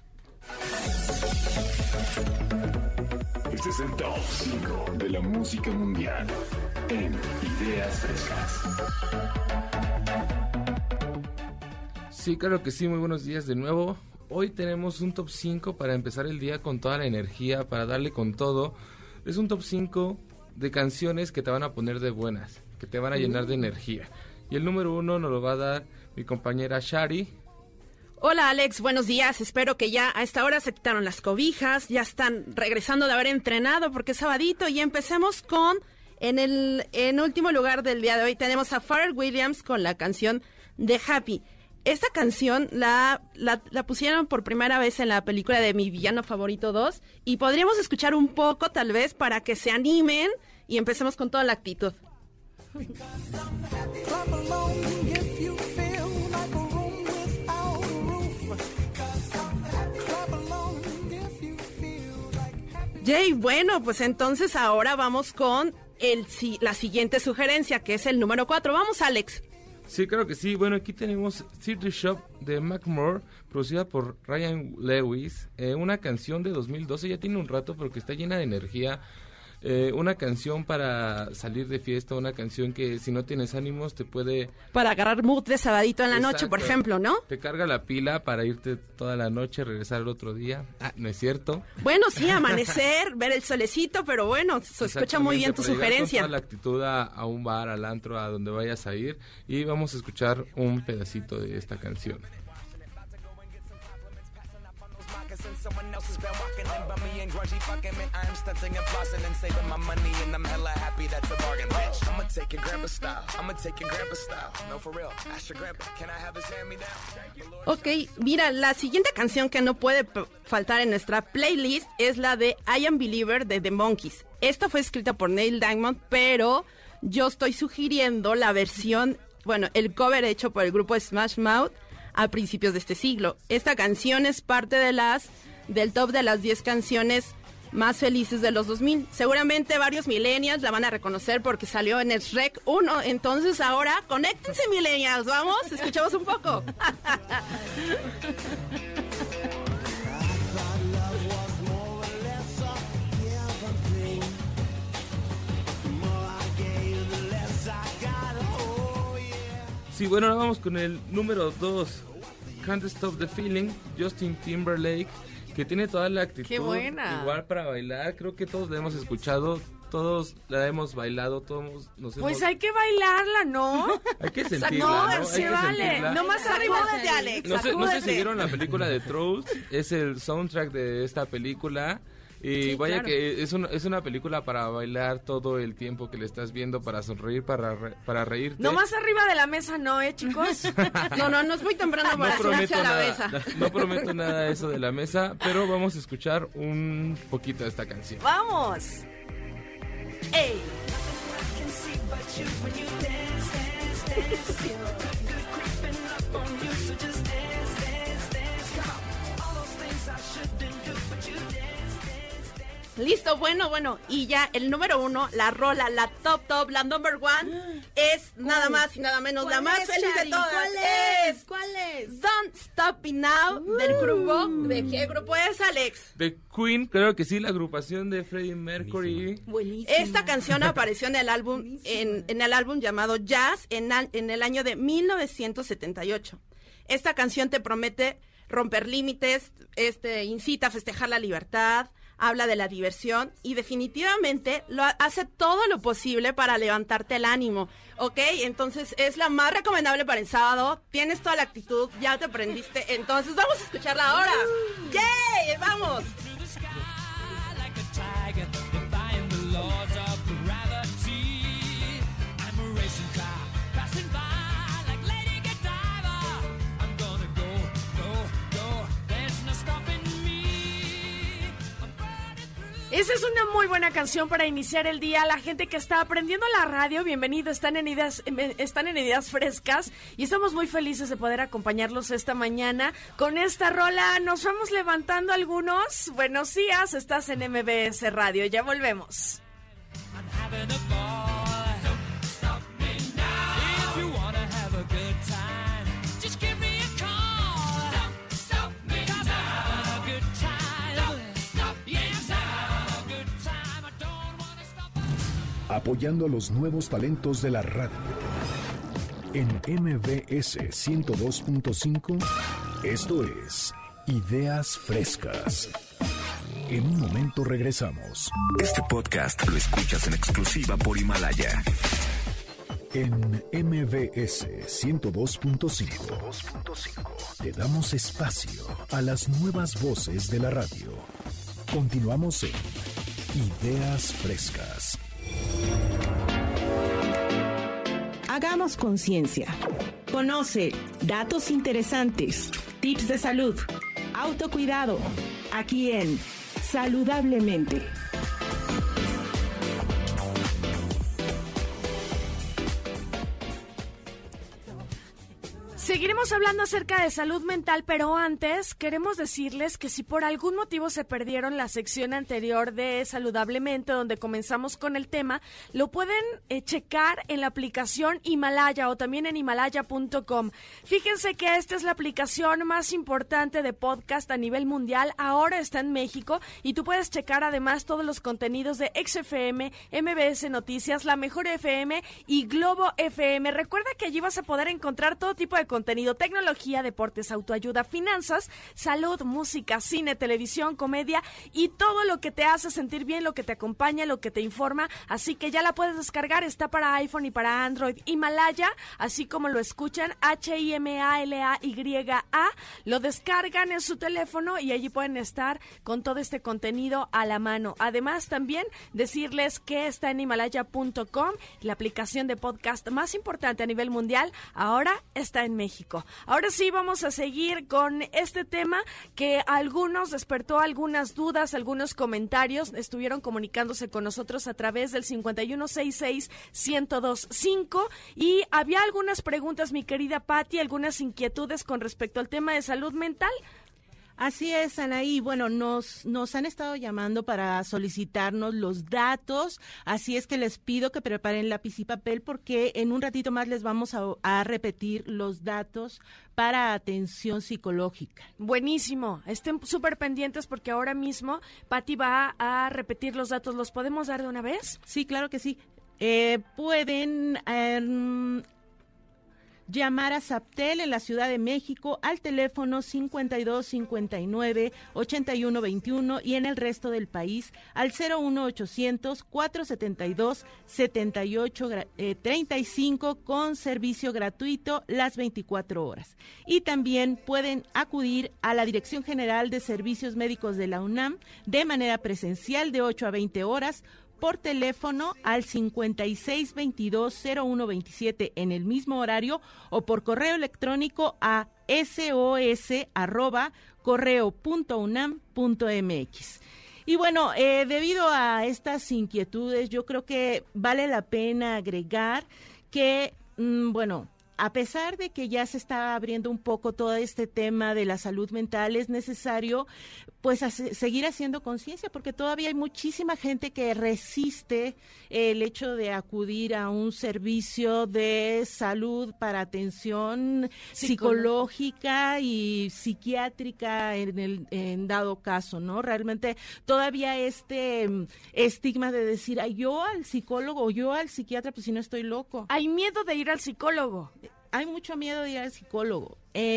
Este es el Top 5 de la música mundial en Ideas Frescas. Sí, claro que sí, muy buenos días de nuevo. Hoy tenemos un Top 5 para empezar el día con toda la energía, para darle con todo. Es un Top 5 de canciones que te van a poner de buenas, que te van a llenar de energía. Y el número 1 nos lo va a dar mi compañera Shari. Hola Alex, buenos días, espero que ya a esta hora se quitaron las cobijas, ya están regresando de haber entrenado porque es sabadito y empecemos con, en último lugar del día de hoy tenemos a Pharrell Williams con la canción The Happy. Esta canción la pusieron por primera vez en la película de Mi Villano Favorito 2 y podríamos escuchar un poco tal vez para que se animen y empecemos con toda la actitud. Jay, bueno, pues entonces ahora vamos con la siguiente sugerencia, que es el número 4. Vamos, Alex. Sí, claro que sí. Bueno, aquí tenemos City Shop de Macklemore, producida por Ryan Lewis. Una canción de 2012, ya tiene un rato, pero que está llena de energía. Una canción para salir de fiesta, una canción que si no tienes ánimos te puede... Para agarrar mood de sabadito en la noche, por ejemplo, ¿no? Te carga la pila para irte toda la noche, regresar el otro día. Ah, ¿no es cierto? Bueno, sí, amanecer, ver el solecito, pero bueno, se escucha muy bien tu sugerencia. Con toda la actitud a un bar, al antro, a donde vayas a ir, y vamos a escuchar un pedacito de esta canción. Someone else has been walking in by me and grungy fucking man. I'm stunting and flossing and saving my money and I'm hella happy that's a bargain, bitch. I'ma take your grandpa style. I'ma take your grandpa style. No, for real. Ask your grandpa. Can I have his hand me down? Ok, mira, la siguiente canción que no puede faltar en nuestra playlist es la de I Am Believer de The Monkees. Esta fue escrita por Neil Diamond, pero yo estoy sugiriendo la versión, bueno, el cover hecho por el grupo Smash Mouth a principios de este siglo. Esta canción es parte del top de las 10 canciones más felices de los 2000. Seguramente varios millennials la van a reconocer porque salió en el Shrek 1. Entonces ahora, conéctense millennials, vamos, escuchamos un poco. Sí, bueno, ahora vamos con el número 2. Can't Stop the Feeling, Justin Timberlake, que tiene toda la actitud. ¡Qué buena! Igual para bailar, creo que todos la hemos escuchado, todos la hemos bailado, todos nos hemos... Pues hay que bailarla, ¿no? Hay que sentirla, ¿no? Se vale. Nomás arriba de Alex. No sé si vieron la película de Trolls, es el soundtrack de esta película. Y sí, vaya claro. que es una película para bailar todo el tiempo que le estás viendo, para sonreír, para reírte. Nomás arriba de la mesa no, chicos. No es muy temprano para subirse a la mesa. No prometo nada de eso de la mesa, pero vamos a escuchar un poquito de esta canción. ¡Vamos! ¡Ey! Listo, bueno, y ya el número 1, la rola, la top, la number 1, es nada más y nada menos, la más feliz de todas. ¿Cuál es? Don't Stop Me Now, del grupo. ¿De qué grupo es, Alex? The Queen, creo que sí, la agrupación de Freddie Mercury. Buenísimo. Esta canción apareció en el álbum, en el álbum llamado Jazz en el año de 1978. Esta canción te promete romper límites, incita a festejar la libertad, habla de la diversión y definitivamente hace todo lo posible para levantarte el ánimo, ¿ok? Entonces es la más recomendable para el sábado, tienes toda la actitud, ya te aprendiste, entonces vamos a escucharla ahora. ¡Yay! ¡Vamos! Esa es una muy buena canción para iniciar el día. La gente que está aprendiendo la radio, bienvenido, están en ideas frescas y estamos muy felices de poder acompañarlos esta mañana con esta rola. Nos vamos levantando algunos. Buenos días, estás en MBS Radio, ya volvemos. Apoyando a los nuevos talentos de la radio. En MBS 102.5, esto es Ideas Frescas. En un momento regresamos. Este podcast lo escuchas en exclusiva por Himalaya. En MBS 102.5 te damos espacio a las nuevas voces de la radio. Continuamos en Ideas Frescas. Hagamos conciencia. Conoce datos interesantes, tips de salud, autocuidado, aquí en Saludablemente. Seguiremos hablando acerca de salud mental, pero antes queremos decirles que si por algún motivo se perdieron la sección anterior de Saludablemente, donde comenzamos con el tema, lo pueden checar en la aplicación Himalaya o también en himalaya.com. Fíjense que esta es la aplicación más importante de podcast a nivel mundial, ahora está en México y tú puedes checar además todos los contenidos de XFM, MBS Noticias, La Mejor FM y Globo FM. Recuerda que allí vas a poder encontrar todo tipo de contenido, tecnología, deportes, autoayuda, finanzas, salud, música, cine, televisión, comedia y todo lo que te hace sentir bien, lo que te acompaña, lo que te informa. Así que ya la puedes descargar, está para iPhone y para Android. Himalaya, así como lo escuchan, HIMALAYA, lo descargan en su teléfono y allí pueden estar con todo este contenido a la mano. Además, también decirles que está en himalaya.com, la aplicación de podcast más importante a nivel mundial, ahora está en México. Ahora sí vamos a seguir con este tema que a algunos despertó algunas dudas, algunos comentarios, estuvieron comunicándose con nosotros a través del 5166-1025 y había algunas preguntas, mi querida Patti, algunas inquietudes con respecto al tema de salud mental. Así es, Anaí. Bueno, nos han estado llamando para solicitarnos los datos, así es que les pido que preparen lápiz y papel porque en un ratito más les vamos a repetir los datos para atención psicológica. Buenísimo, estén súper pendientes porque ahora mismo Patti va a repetir los datos. ¿Los podemos dar de una vez? Sí, claro que sí. Pueden llamar a Saptel en la Ciudad de México al teléfono 5259-8121 y en el resto del país al 01800-472-7835 con servicio gratuito las 24 horas. Y también pueden acudir a la Dirección General de Servicios Médicos de la UNAM de manera presencial de 8 a 20 horas, por teléfono al 5622-0127 en el mismo horario o por correo electrónico a sos@correo.unam.mx. Y bueno, debido a estas inquietudes, yo creo que vale la pena agregar que, a pesar de que ya se está abriendo un poco todo este tema de la salud mental, es necesario pues seguir haciendo conciencia, porque todavía hay muchísima gente que resiste el hecho de acudir a un servicio de salud para atención psicológica y psiquiátrica en dado caso, ¿no? Realmente todavía este estigma de decir, ay, yo al psicólogo o yo al psiquiatra, pues si no estoy loco. Hay miedo de ir al psicólogo. Hay mucho miedo de ir al psicólogo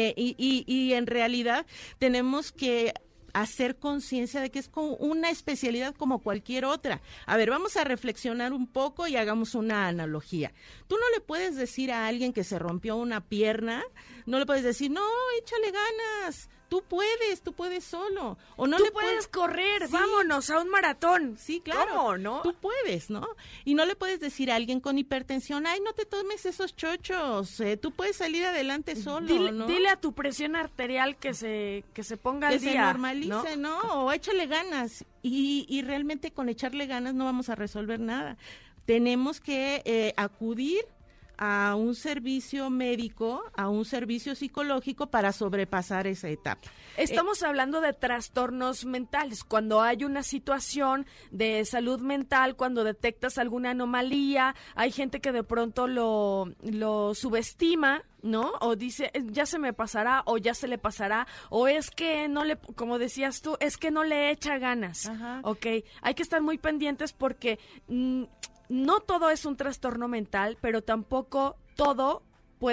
y en realidad tenemos que hacer conciencia de que es como una especialidad como cualquier otra. A ver, vamos a reflexionar un poco y hagamos una analogía. Tú no le puedes decir a alguien que se rompió una pierna, no le puedes decir, no, échale ganas, tú puedes solo. O no tú le puedes correr, sí, vámonos a un maratón. Sí, claro. ¿Cómo, no? Tú puedes, ¿no? Y no le puedes decir a alguien con hipertensión, ay, no te tomes esos chochos, tú puedes salir adelante solo, ¿no? Dile a tu presión arterial que se ponga al día. Que se normalice, ¿no? O échale ganas. Y realmente con echarle ganas no vamos a resolver nada. Tenemos que acudir a un servicio médico, a un servicio psicológico para sobrepasar esa etapa. Estamos hablando de trastornos mentales, cuando hay una situación de salud mental, cuando detectas alguna anomalía, hay gente que de pronto lo subestima, ¿no? O dice, ya se me pasará, o ya se le pasará, o es que no le, como decías tú, es que no le echa ganas. Ajá. Ok, hay que estar muy pendientes porque no todo es un trastorno mental, pero tampoco todo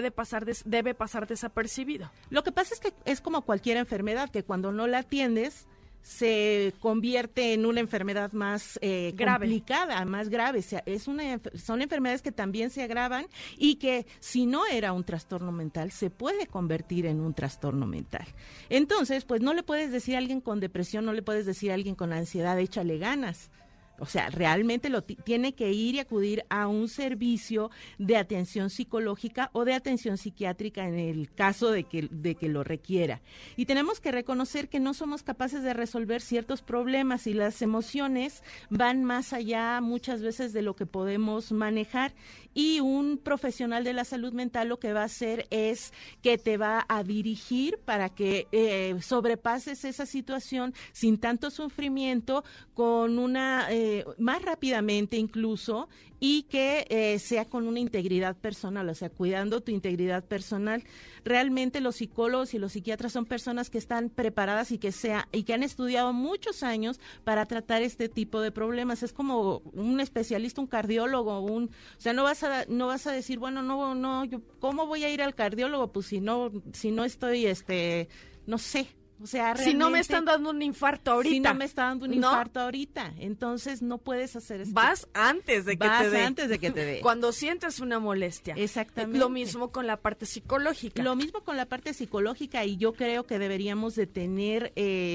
debe pasar desapercibido. Lo que pasa es que es como cualquier enfermedad, que cuando no la atiendes se convierte en una enfermedad más complicada, más grave. O sea, son enfermedades que también se agravan y que si no era un trastorno mental, se puede convertir en un trastorno mental. Entonces, pues no le puedes decir a alguien con depresión, no le puedes decir a alguien con ansiedad, échale ganas. O sea, realmente tiene que ir y acudir a un servicio de atención psicológica o de atención psiquiátrica en el caso de que lo requiera. Y tenemos que reconocer que no somos capaces de resolver ciertos problemas y las emociones van más allá muchas veces de lo que podemos manejar. Y un profesional de la salud mental lo que va a hacer es que te va a dirigir para que sobrepases esa situación sin tanto sufrimiento, con una más rápidamente incluso, y que sea con una integridad personal, o sea, cuidando tu integridad personal. Realmente los psicólogos y los psiquiatras son personas que están preparadas y que han estudiado muchos años para tratar este tipo de problemas. Es como un especialista, un cardiólogo, o sea, no vas a decir, bueno, no, yo ¿cómo voy a ir al cardiólogo? Pues si no estoy, no sé. O sea, si no me están dando un infarto ahorita. Si no me está dando un infarto ahorita, entonces no puedes hacer esto. Vas antes de que te dé. Antes de que te dé. Cuando sientes una molestia. Exactamente. Lo mismo con la parte psicológica. Lo mismo con la parte psicológica, y yo creo que deberíamos de tener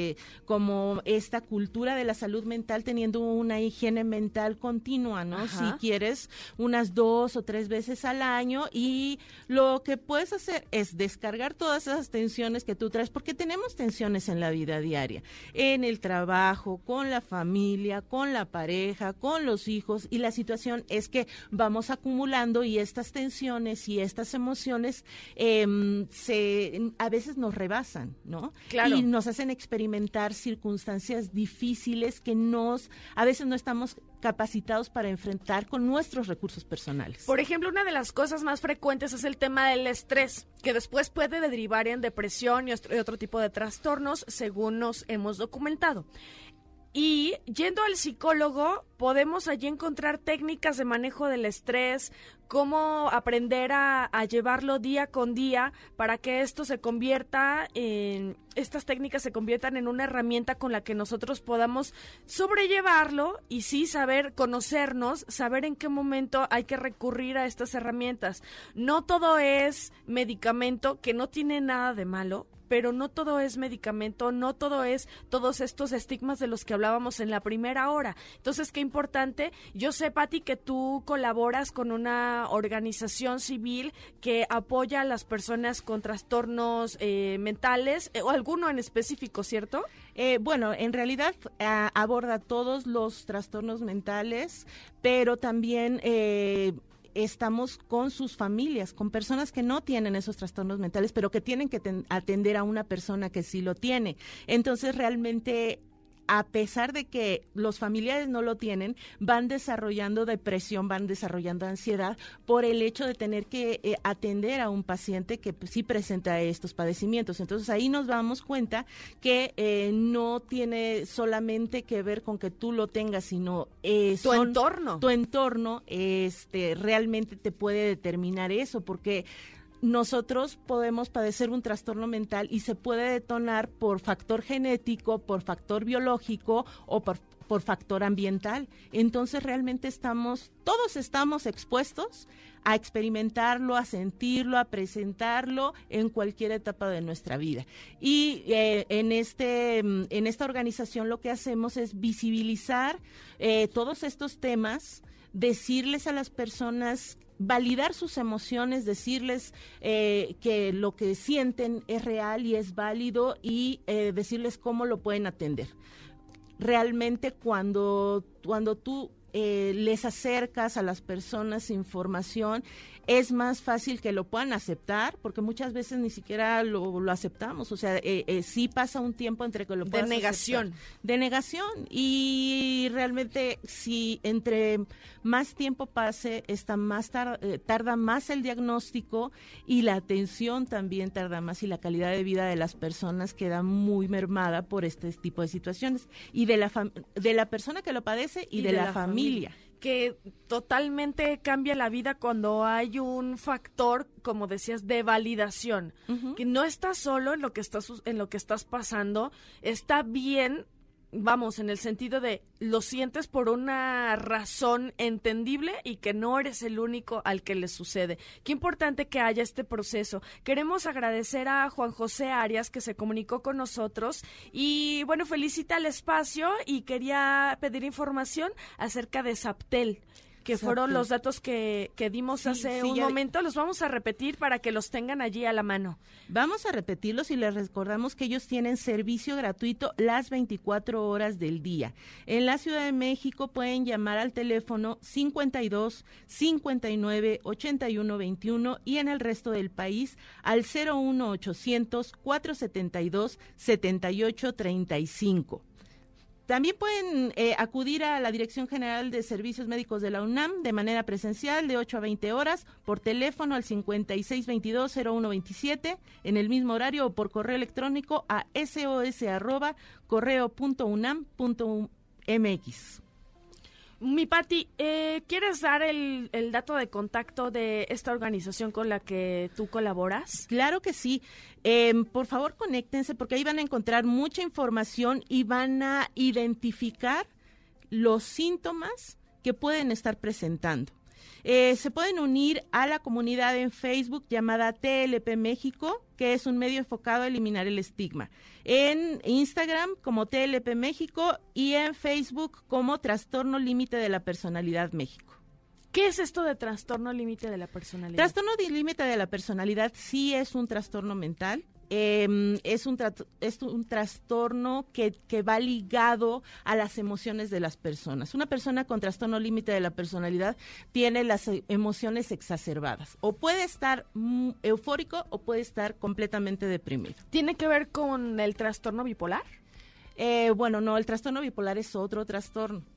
como esta cultura de la salud mental, teniendo una higiene mental continua, ¿no? Ajá. Si quieres, unas 2 o 3 veces al año, y lo que puedes hacer es descargar todas esas tensiones que tú traes, porque tenemos tensiones en la vida diaria, en el trabajo, con la familia, con la pareja, con los hijos, y la situación es que vamos acumulando, y estas tensiones y estas emociones a veces nos rebasan, ¿no? Claro. Y nos hacen experimentar circunstancias difíciles que a veces no estamos capacitados para enfrentar con nuestros recursos personales. Por ejemplo, una de las cosas más frecuentes es el tema del estrés, que después puede derivar en depresión y otro tipo de trastornos, según nos hemos documentado. Y yendo al psicólogo, podemos allí encontrar técnicas de manejo del estrés, cómo aprender a llevarlo día con día para que estas técnicas se conviertan en una herramienta con la que nosotros podamos sobrellevarlo y sí saber conocernos, saber en qué momento hay que recurrir a estas herramientas. No todo es medicamento, que no tiene nada de malo, pero no todo es medicamento, no todo es todos estos estigmas de los que hablábamos en la primera hora. Entonces, qué importante. Yo sé, Pati, que tú colaboras con una organización civil que apoya a las personas con trastornos mentales, o alguno en específico, ¿cierto? Bueno, en realidad aborda todos los trastornos mentales, pero también estamos con sus familias, con personas que no tienen esos trastornos mentales, pero que tienen que atender a una persona que sí lo tiene. Entonces, realmente, a pesar de que los familiares no lo tienen, van desarrollando depresión, van desarrollando ansiedad por el hecho de tener que atender a un paciente que sí presenta estos padecimientos. Entonces ahí nos damos cuenta que no tiene solamente que ver con que tú lo tengas, sino tu entorno realmente te puede determinar eso, porque nosotros podemos padecer un trastorno mental y se puede detonar por factor genético, por factor biológico o por factor ambiental. Entonces realmente todos estamos expuestos a experimentarlo, a sentirlo, a presentarlo en cualquier etapa de nuestra vida. Y en esta organización lo que hacemos es visibilizar todos estos temas, decirles a las personas, validar sus emociones, decirles que lo que sienten es real y es válido y decirles cómo lo pueden atender. Realmente cuando tú les acercas a las personas información, es más fácil que lo puedan aceptar, porque muchas veces ni siquiera lo aceptamos. O sea, sí pasa un tiempo entre que lo puedas negación. aceptar. De negación. Y realmente, si entre más tiempo pase, tarda más el diagnóstico y la atención también tarda más, y la calidad de vida de las personas queda muy mermada por este tipo de situaciones. Y de la persona que lo padece y de la familia. Que totalmente cambia la vida cuando hay un factor, como decías, de validación. Que no estás solo en lo que estás pasando, está bien, vamos, en el sentido de lo sientes por una razón entendible y que no eres el único al que le sucede. Qué importante que haya este proceso. Queremos agradecer a Juan José Arias, que se comunicó con nosotros y, bueno, felicita el espacio y quería pedir información acerca de Saptel, que fueron los datos que dimos hace un momento. Los vamos a repetir para que los tengan allí a la mano. Vamos a repetirlos y les recordamos que ellos tienen servicio gratuito las 24 horas del día. En la Ciudad de México pueden llamar al teléfono 52 59 81 21 y en el resto del país al 01 800 472 78 35. También pueden acudir a la Dirección General de Servicios Médicos de la UNAM de manera presencial de 8 a 20 horas, por teléfono al 5622-0127, en el mismo horario, o por correo electrónico a sos@correo.unam.mx. Mi Pati, ¿quieres dar el dato de contacto de esta organización con la que tú colaboras? Claro que sí. Por favor, conéctense porque ahí van a encontrar mucha información y van a identificar los síntomas que pueden estar presentando. Se pueden unir a la comunidad en Facebook llamada TLP México, que es un medio enfocado a eliminar el estigma. En Instagram como TLP México y en Facebook como Trastorno Límite de la Personalidad México. ¿Qué es esto de trastorno límite de la personalidad? Trastorno límite de la personalidad sí es un trastorno mental. Es un trastorno que va ligado a las emociones de las personas. Una persona con trastorno límite de la personalidad tiene las emociones exacerbadas. O puede estar eufórico o puede estar completamente deprimido. ¿Tiene que ver con el trastorno bipolar? Bueno, no, el trastorno bipolar es otro trastorno.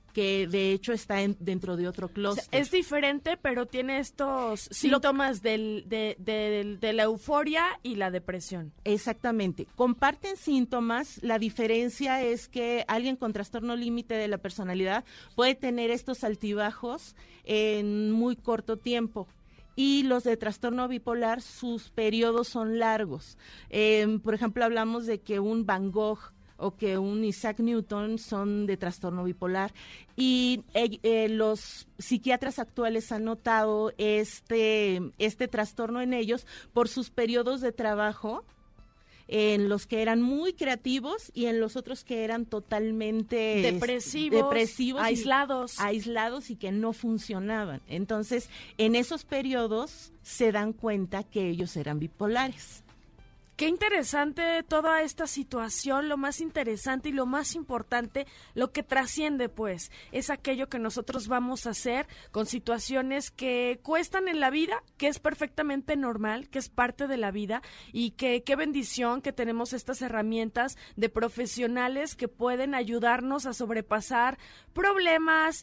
que de hecho está dentro de otro clúster. O sea, es diferente, pero tiene estos síntomas de la euforia y la depresión. Exactamente. Comparten síntomas. La diferencia es que alguien con trastorno límite de la personalidad puede tener estos altibajos en muy corto tiempo. Y los de trastorno bipolar, sus periodos son largos. Por ejemplo, hablamos de que un Van Gogh o que un Isaac Newton son de trastorno bipolar, y los psiquiatras actuales han notado este trastorno en ellos por sus periodos de trabajo, en los que eran muy creativos y en los otros que eran totalmente depresivos, aislados y que no funcionaban. Entonces, en esos periodos se dan cuenta que ellos eran bipolares. Qué interesante toda esta situación. Lo más interesante y lo más importante, lo que trasciende, pues, es aquello que nosotros vamos a hacer con situaciones que cuestan en la vida, que es perfectamente normal, que es parte de la vida, y que qué bendición que tenemos estas herramientas de profesionales que pueden ayudarnos a sobrepasar problemas,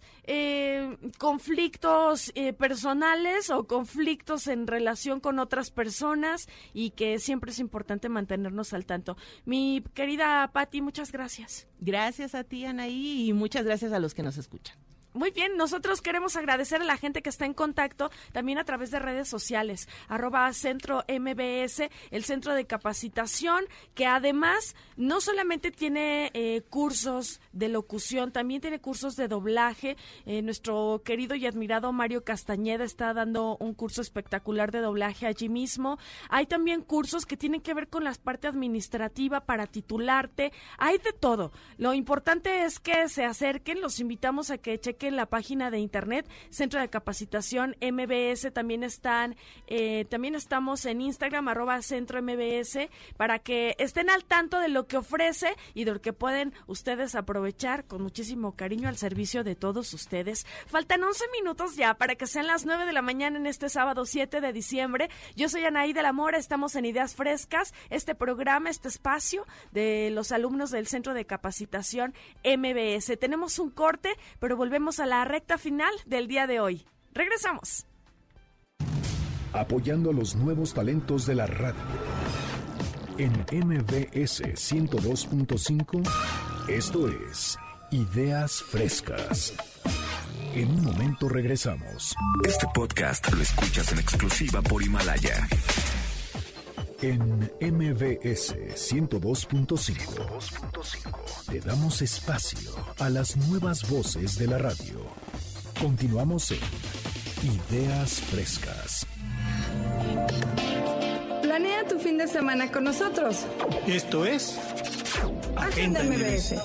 conflictos personales o conflictos en relación con otras personas, y que siempre es importante mantenernos al tanto. Mi querida Pati, muchas gracias. Gracias a ti, Anaí, y muchas gracias a los que nos escuchan. Muy bien, nosotros queremos agradecer a la gente que está en contacto también a través de redes sociales, @Centro MBS, el centro de capacitación, que además no solamente tiene cursos de locución, también tiene cursos de doblaje. Nuestro querido y admirado Mario Castañeda está dando un curso espectacular de doblaje allí mismo. Hay también cursos que tienen que ver con la parte administrativa para titularte. Hay de todo. Lo importante es que se acerquen, los invitamos a que chequen en la página de internet, Centro de Capacitación MBS. También estamos en Instagram, @Centro MBS, para que estén al tanto de lo que ofrece y de lo que pueden ustedes aprovechar con muchísimo cariño al servicio de todos ustedes. Faltan 11 minutos ya para que sean las 9 de la mañana en este sábado 7 de diciembre. Yo soy Anaí de la Mora, estamos en Ideas Frescas, este programa, este espacio de los alumnos del Centro de Capacitación MBS. Tenemos un corte, pero volvemos a la recta final del día de hoy. Regresamos. Apoyando a los nuevos talentos de la radio. En MBS 102.5, esto es Ideas Frescas. En un momento regresamos. Este podcast lo escuchas en exclusiva por Himalaya. En MBS 102.5 te damos espacio a las nuevas voces de la radio. Continuamos en Ideas Frescas. Planea tu fin de semana con nosotros. Esto es Agenda MBS.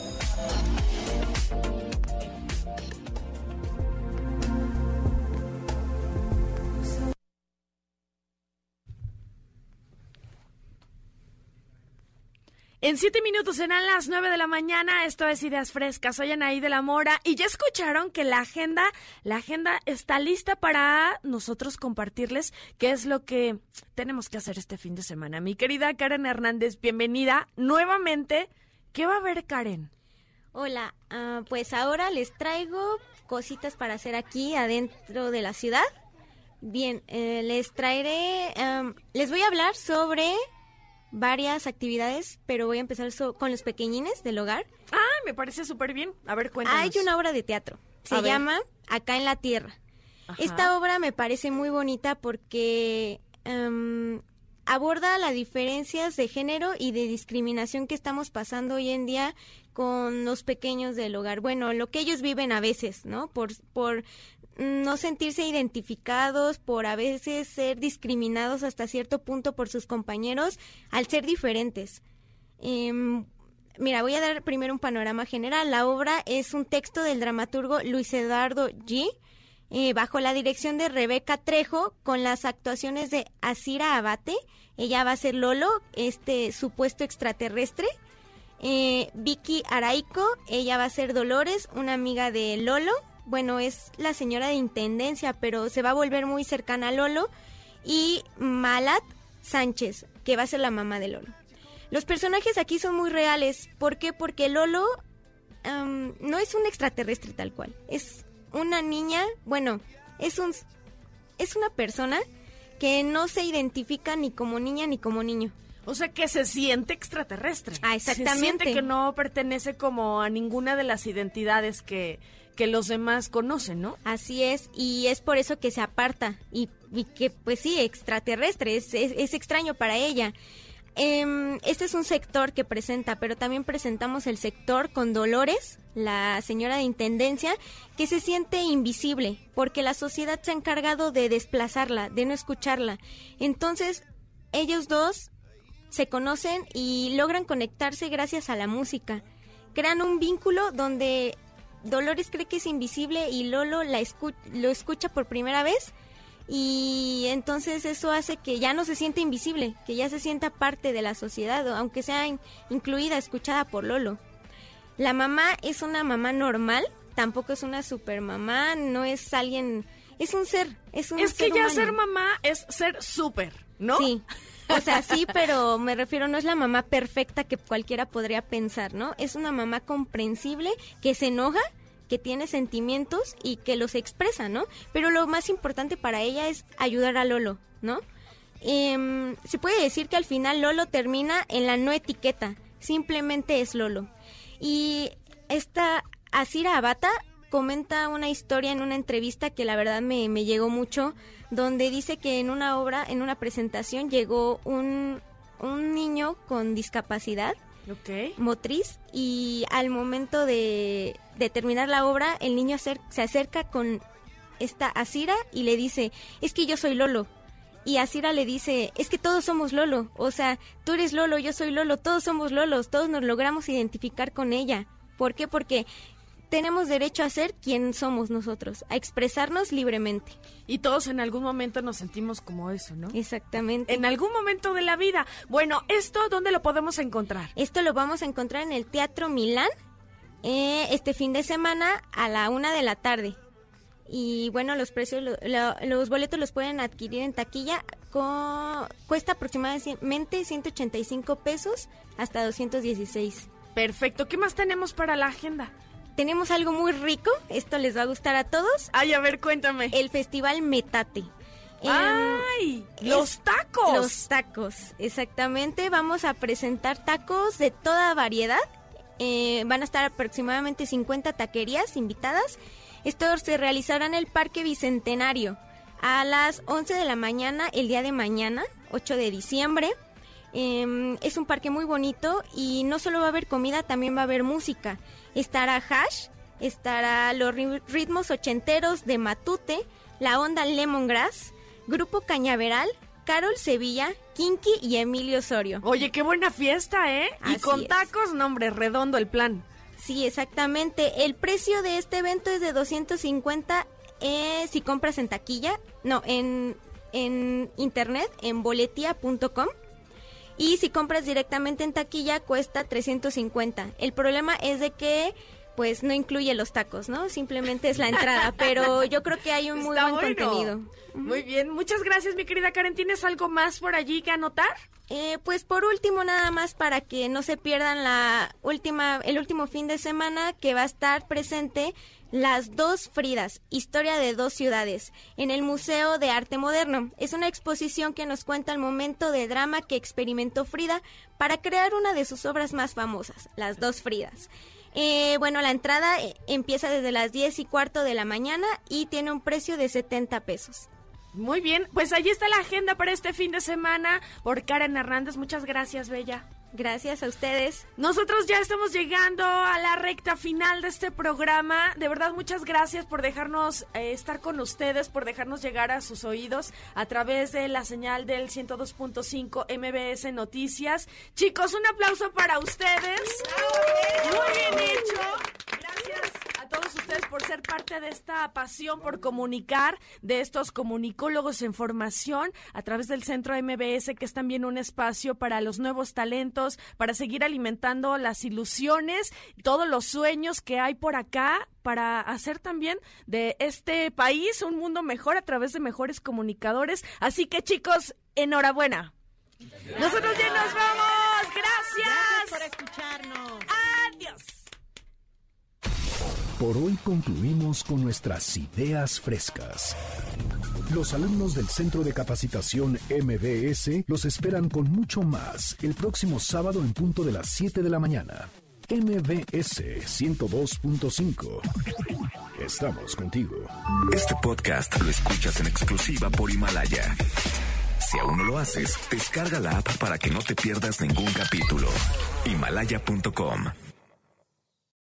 En 7 minutos serán las 9 de la mañana, esto es Ideas Frescas, soy Anaí de la Mora, y ya escucharon que la agenda está lista para nosotros compartirles qué es lo que tenemos que hacer este fin de semana. Mi querida Karen Hernández, bienvenida nuevamente. ¿Qué va a haber, Karen? Hola, pues ahora les traigo cositas para hacer aquí adentro de la ciudad. Bien, les voy a hablar sobre varias actividades, pero voy a empezar con los pequeñines del hogar. Ah, me parece súper bien. A ver, cuéntanos. Hay una obra de teatro. Se llama Acá en la Tierra. Ajá. Esta obra me parece muy bonita porque aborda las diferencias de género y de discriminación que estamos pasando hoy en día con los pequeños del hogar. Bueno, lo que ellos viven a veces, ¿no? Por no sentirse identificados, por a veces ser discriminados hasta cierto punto por sus compañeros al ser diferentes. Mira, voy a dar primero un panorama general. La obra es un texto del dramaturgo Luis Eduardo G., bajo la dirección de Rebeca Trejo, con las actuaciones de Asira Abate. Ella va a ser Lolo, este supuesto extraterrestre. Vicky Araico, ella va a ser Dolores, una amiga de Lolo. Bueno, es la señora de intendencia, pero se va a volver muy cercana a Lolo. Y Malat Sánchez, que va a ser la mamá de Lolo. Los personajes aquí son muy reales. ¿Por qué? Porque Lolo no es un extraterrestre tal cual, es una niña, bueno, es una persona que no se identifica ni como niña ni como niño. O sea, que se siente extraterrestre. Ah, exactamente. Se siente que no pertenece como a ninguna de las identidades que los demás conocen, ¿no? Así es, y es por eso que se aparta y que, pues sí, extraterrestre, es extraño para ella. Este es un sector que presenta, pero también presentamos el sector con Dolores, la señora de intendencia, que se siente invisible, porque la sociedad se ha encargado de desplazarla, de no escucharla. Entonces, ellos dos se conocen y logran conectarse gracias a la música. Crean un vínculo donde Dolores cree que es invisible y Lolo lo escucha por primera vez, y entonces eso hace que ya no se siente invisible, que ya se sienta parte de la sociedad, aunque sea incluida, escuchada por Lolo. La mamá es una mamá normal, tampoco es una super mamá, no es alguien, es un ser, es un Es ser que ya humano. ser mamá es ser súper, ¿no? Sí, o sea, sí, pero me refiero, no es la mamá perfecta que cualquiera podría pensar, ¿no? Es una mamá comprensible, que se enoja, que tiene sentimientos y que los expresa, ¿no? Pero lo más importante para ella es ayudar a Lolo, ¿no? Se puede decir que al final Lolo termina en la no etiqueta, simplemente es Lolo. Y esta Asira Abata comenta una historia en una entrevista que la verdad me llegó mucho, donde dice que en una obra, en una presentación, llegó un niño con discapacidad motriz, y al momento de terminar la obra, el niño se acerca con esta Asira y le dice, es que yo soy Lolo. Y Asira le dice, es que todos somos Lolo, o sea, tú eres Lolo, yo soy Lolo, todos somos Lolos, todos nos logramos identificar con ella. ¿Por qué? Porque tenemos derecho a ser quien somos nosotros, a expresarnos libremente. Y todos en algún momento nos sentimos como eso, ¿no? Exactamente. En algún momento de la vida. Bueno, ¿esto dónde lo podemos encontrar? Esto lo vamos a encontrar en el Teatro Milán, este fin de semana a la 1:00 p.m. Y bueno, los precios, los boletos los pueden adquirir en taquilla, cuesta aproximadamente 185 pesos hasta 216. Perfecto, ¿qué más tenemos para la agenda? Tenemos algo muy rico, esto les va a gustar a todos. Ay, a ver, cuéntame. El Festival Metate. ¡Ay! ¡Los tacos! Los tacos, exactamente. Vamos a presentar tacos de toda variedad. Van a estar aproximadamente 50 taquerías invitadas. Esto se realizará en el Parque Bicentenario a las 11 de la mañana, el día de mañana, 8 de diciembre. Es un parque muy bonito y no solo va a haber comida, también va a haber música. Estará Hash, estará los ritmos ochenteros de Matute, la onda Lemongrass, Grupo Cañaveral, Carol Sevilla, Kinky y Emilio Osorio. Oye, qué buena fiesta, ¿eh? Así y con es. tacos, no hombre, redondo el plan. Sí, exactamente. El precio de este evento es de 250 si compras en taquilla, no, en internet, en boletia.com. Y si compras directamente en taquilla cuesta 350. El problema es de que pues no incluye los tacos, ¿no? Simplemente es la entrada, pero yo creo que hay un muy buen contenido. Muy bien, muchas gracias, mi querida Karen. ¿Tienes algo más por allí que anotar? Pues por último, nada más para que no se pierdan el último fin de semana, que va a estar presente Las Dos Fridas, historia de dos ciudades, en el Museo de Arte Moderno. Es una exposición que nos cuenta el momento de drama que experimentó Frida para crear una de sus obras más famosas, Las Dos Fridas. Bueno, la entrada empieza desde las 10:15 de la mañana y tiene un precio de 70 pesos. Muy bien, pues ahí está la agenda para este fin de semana por Karen Hernández. Muchas gracias, Bella. Gracias a ustedes. Nosotros ya estamos llegando a la recta final de este programa. De verdad, muchas gracias por dejarnos estar con ustedes, por dejarnos llegar a sus oídos a través de la señal del 102.5 MBS Noticias. Chicos, un aplauso para ustedes. Muy bien hecho. Gracias a todos ustedes por ser parte de esta pasión por comunicar, de estos comunicólogos en formación a través del Centro MBS, que es también un espacio para los nuevos talentos, para seguir alimentando las ilusiones, todos los sueños que hay por acá, para hacer también de este país un mundo mejor a través de mejores comunicadores. Así que, chicos, enhorabuena. Nosotros ya nos vamos. Gracias. Gracias por escucharnos. Adiós. Por hoy concluimos con nuestras ideas frescas. Los alumnos del Centro de Capacitación MBS los esperan con mucho más el próximo sábado en punto de las 7 de la mañana. MBS 102.5. Estamos contigo. Este podcast lo escuchas en exclusiva por Himalaya. Si aún no lo haces, descarga la app para que no te pierdas ningún capítulo. Himalaya.com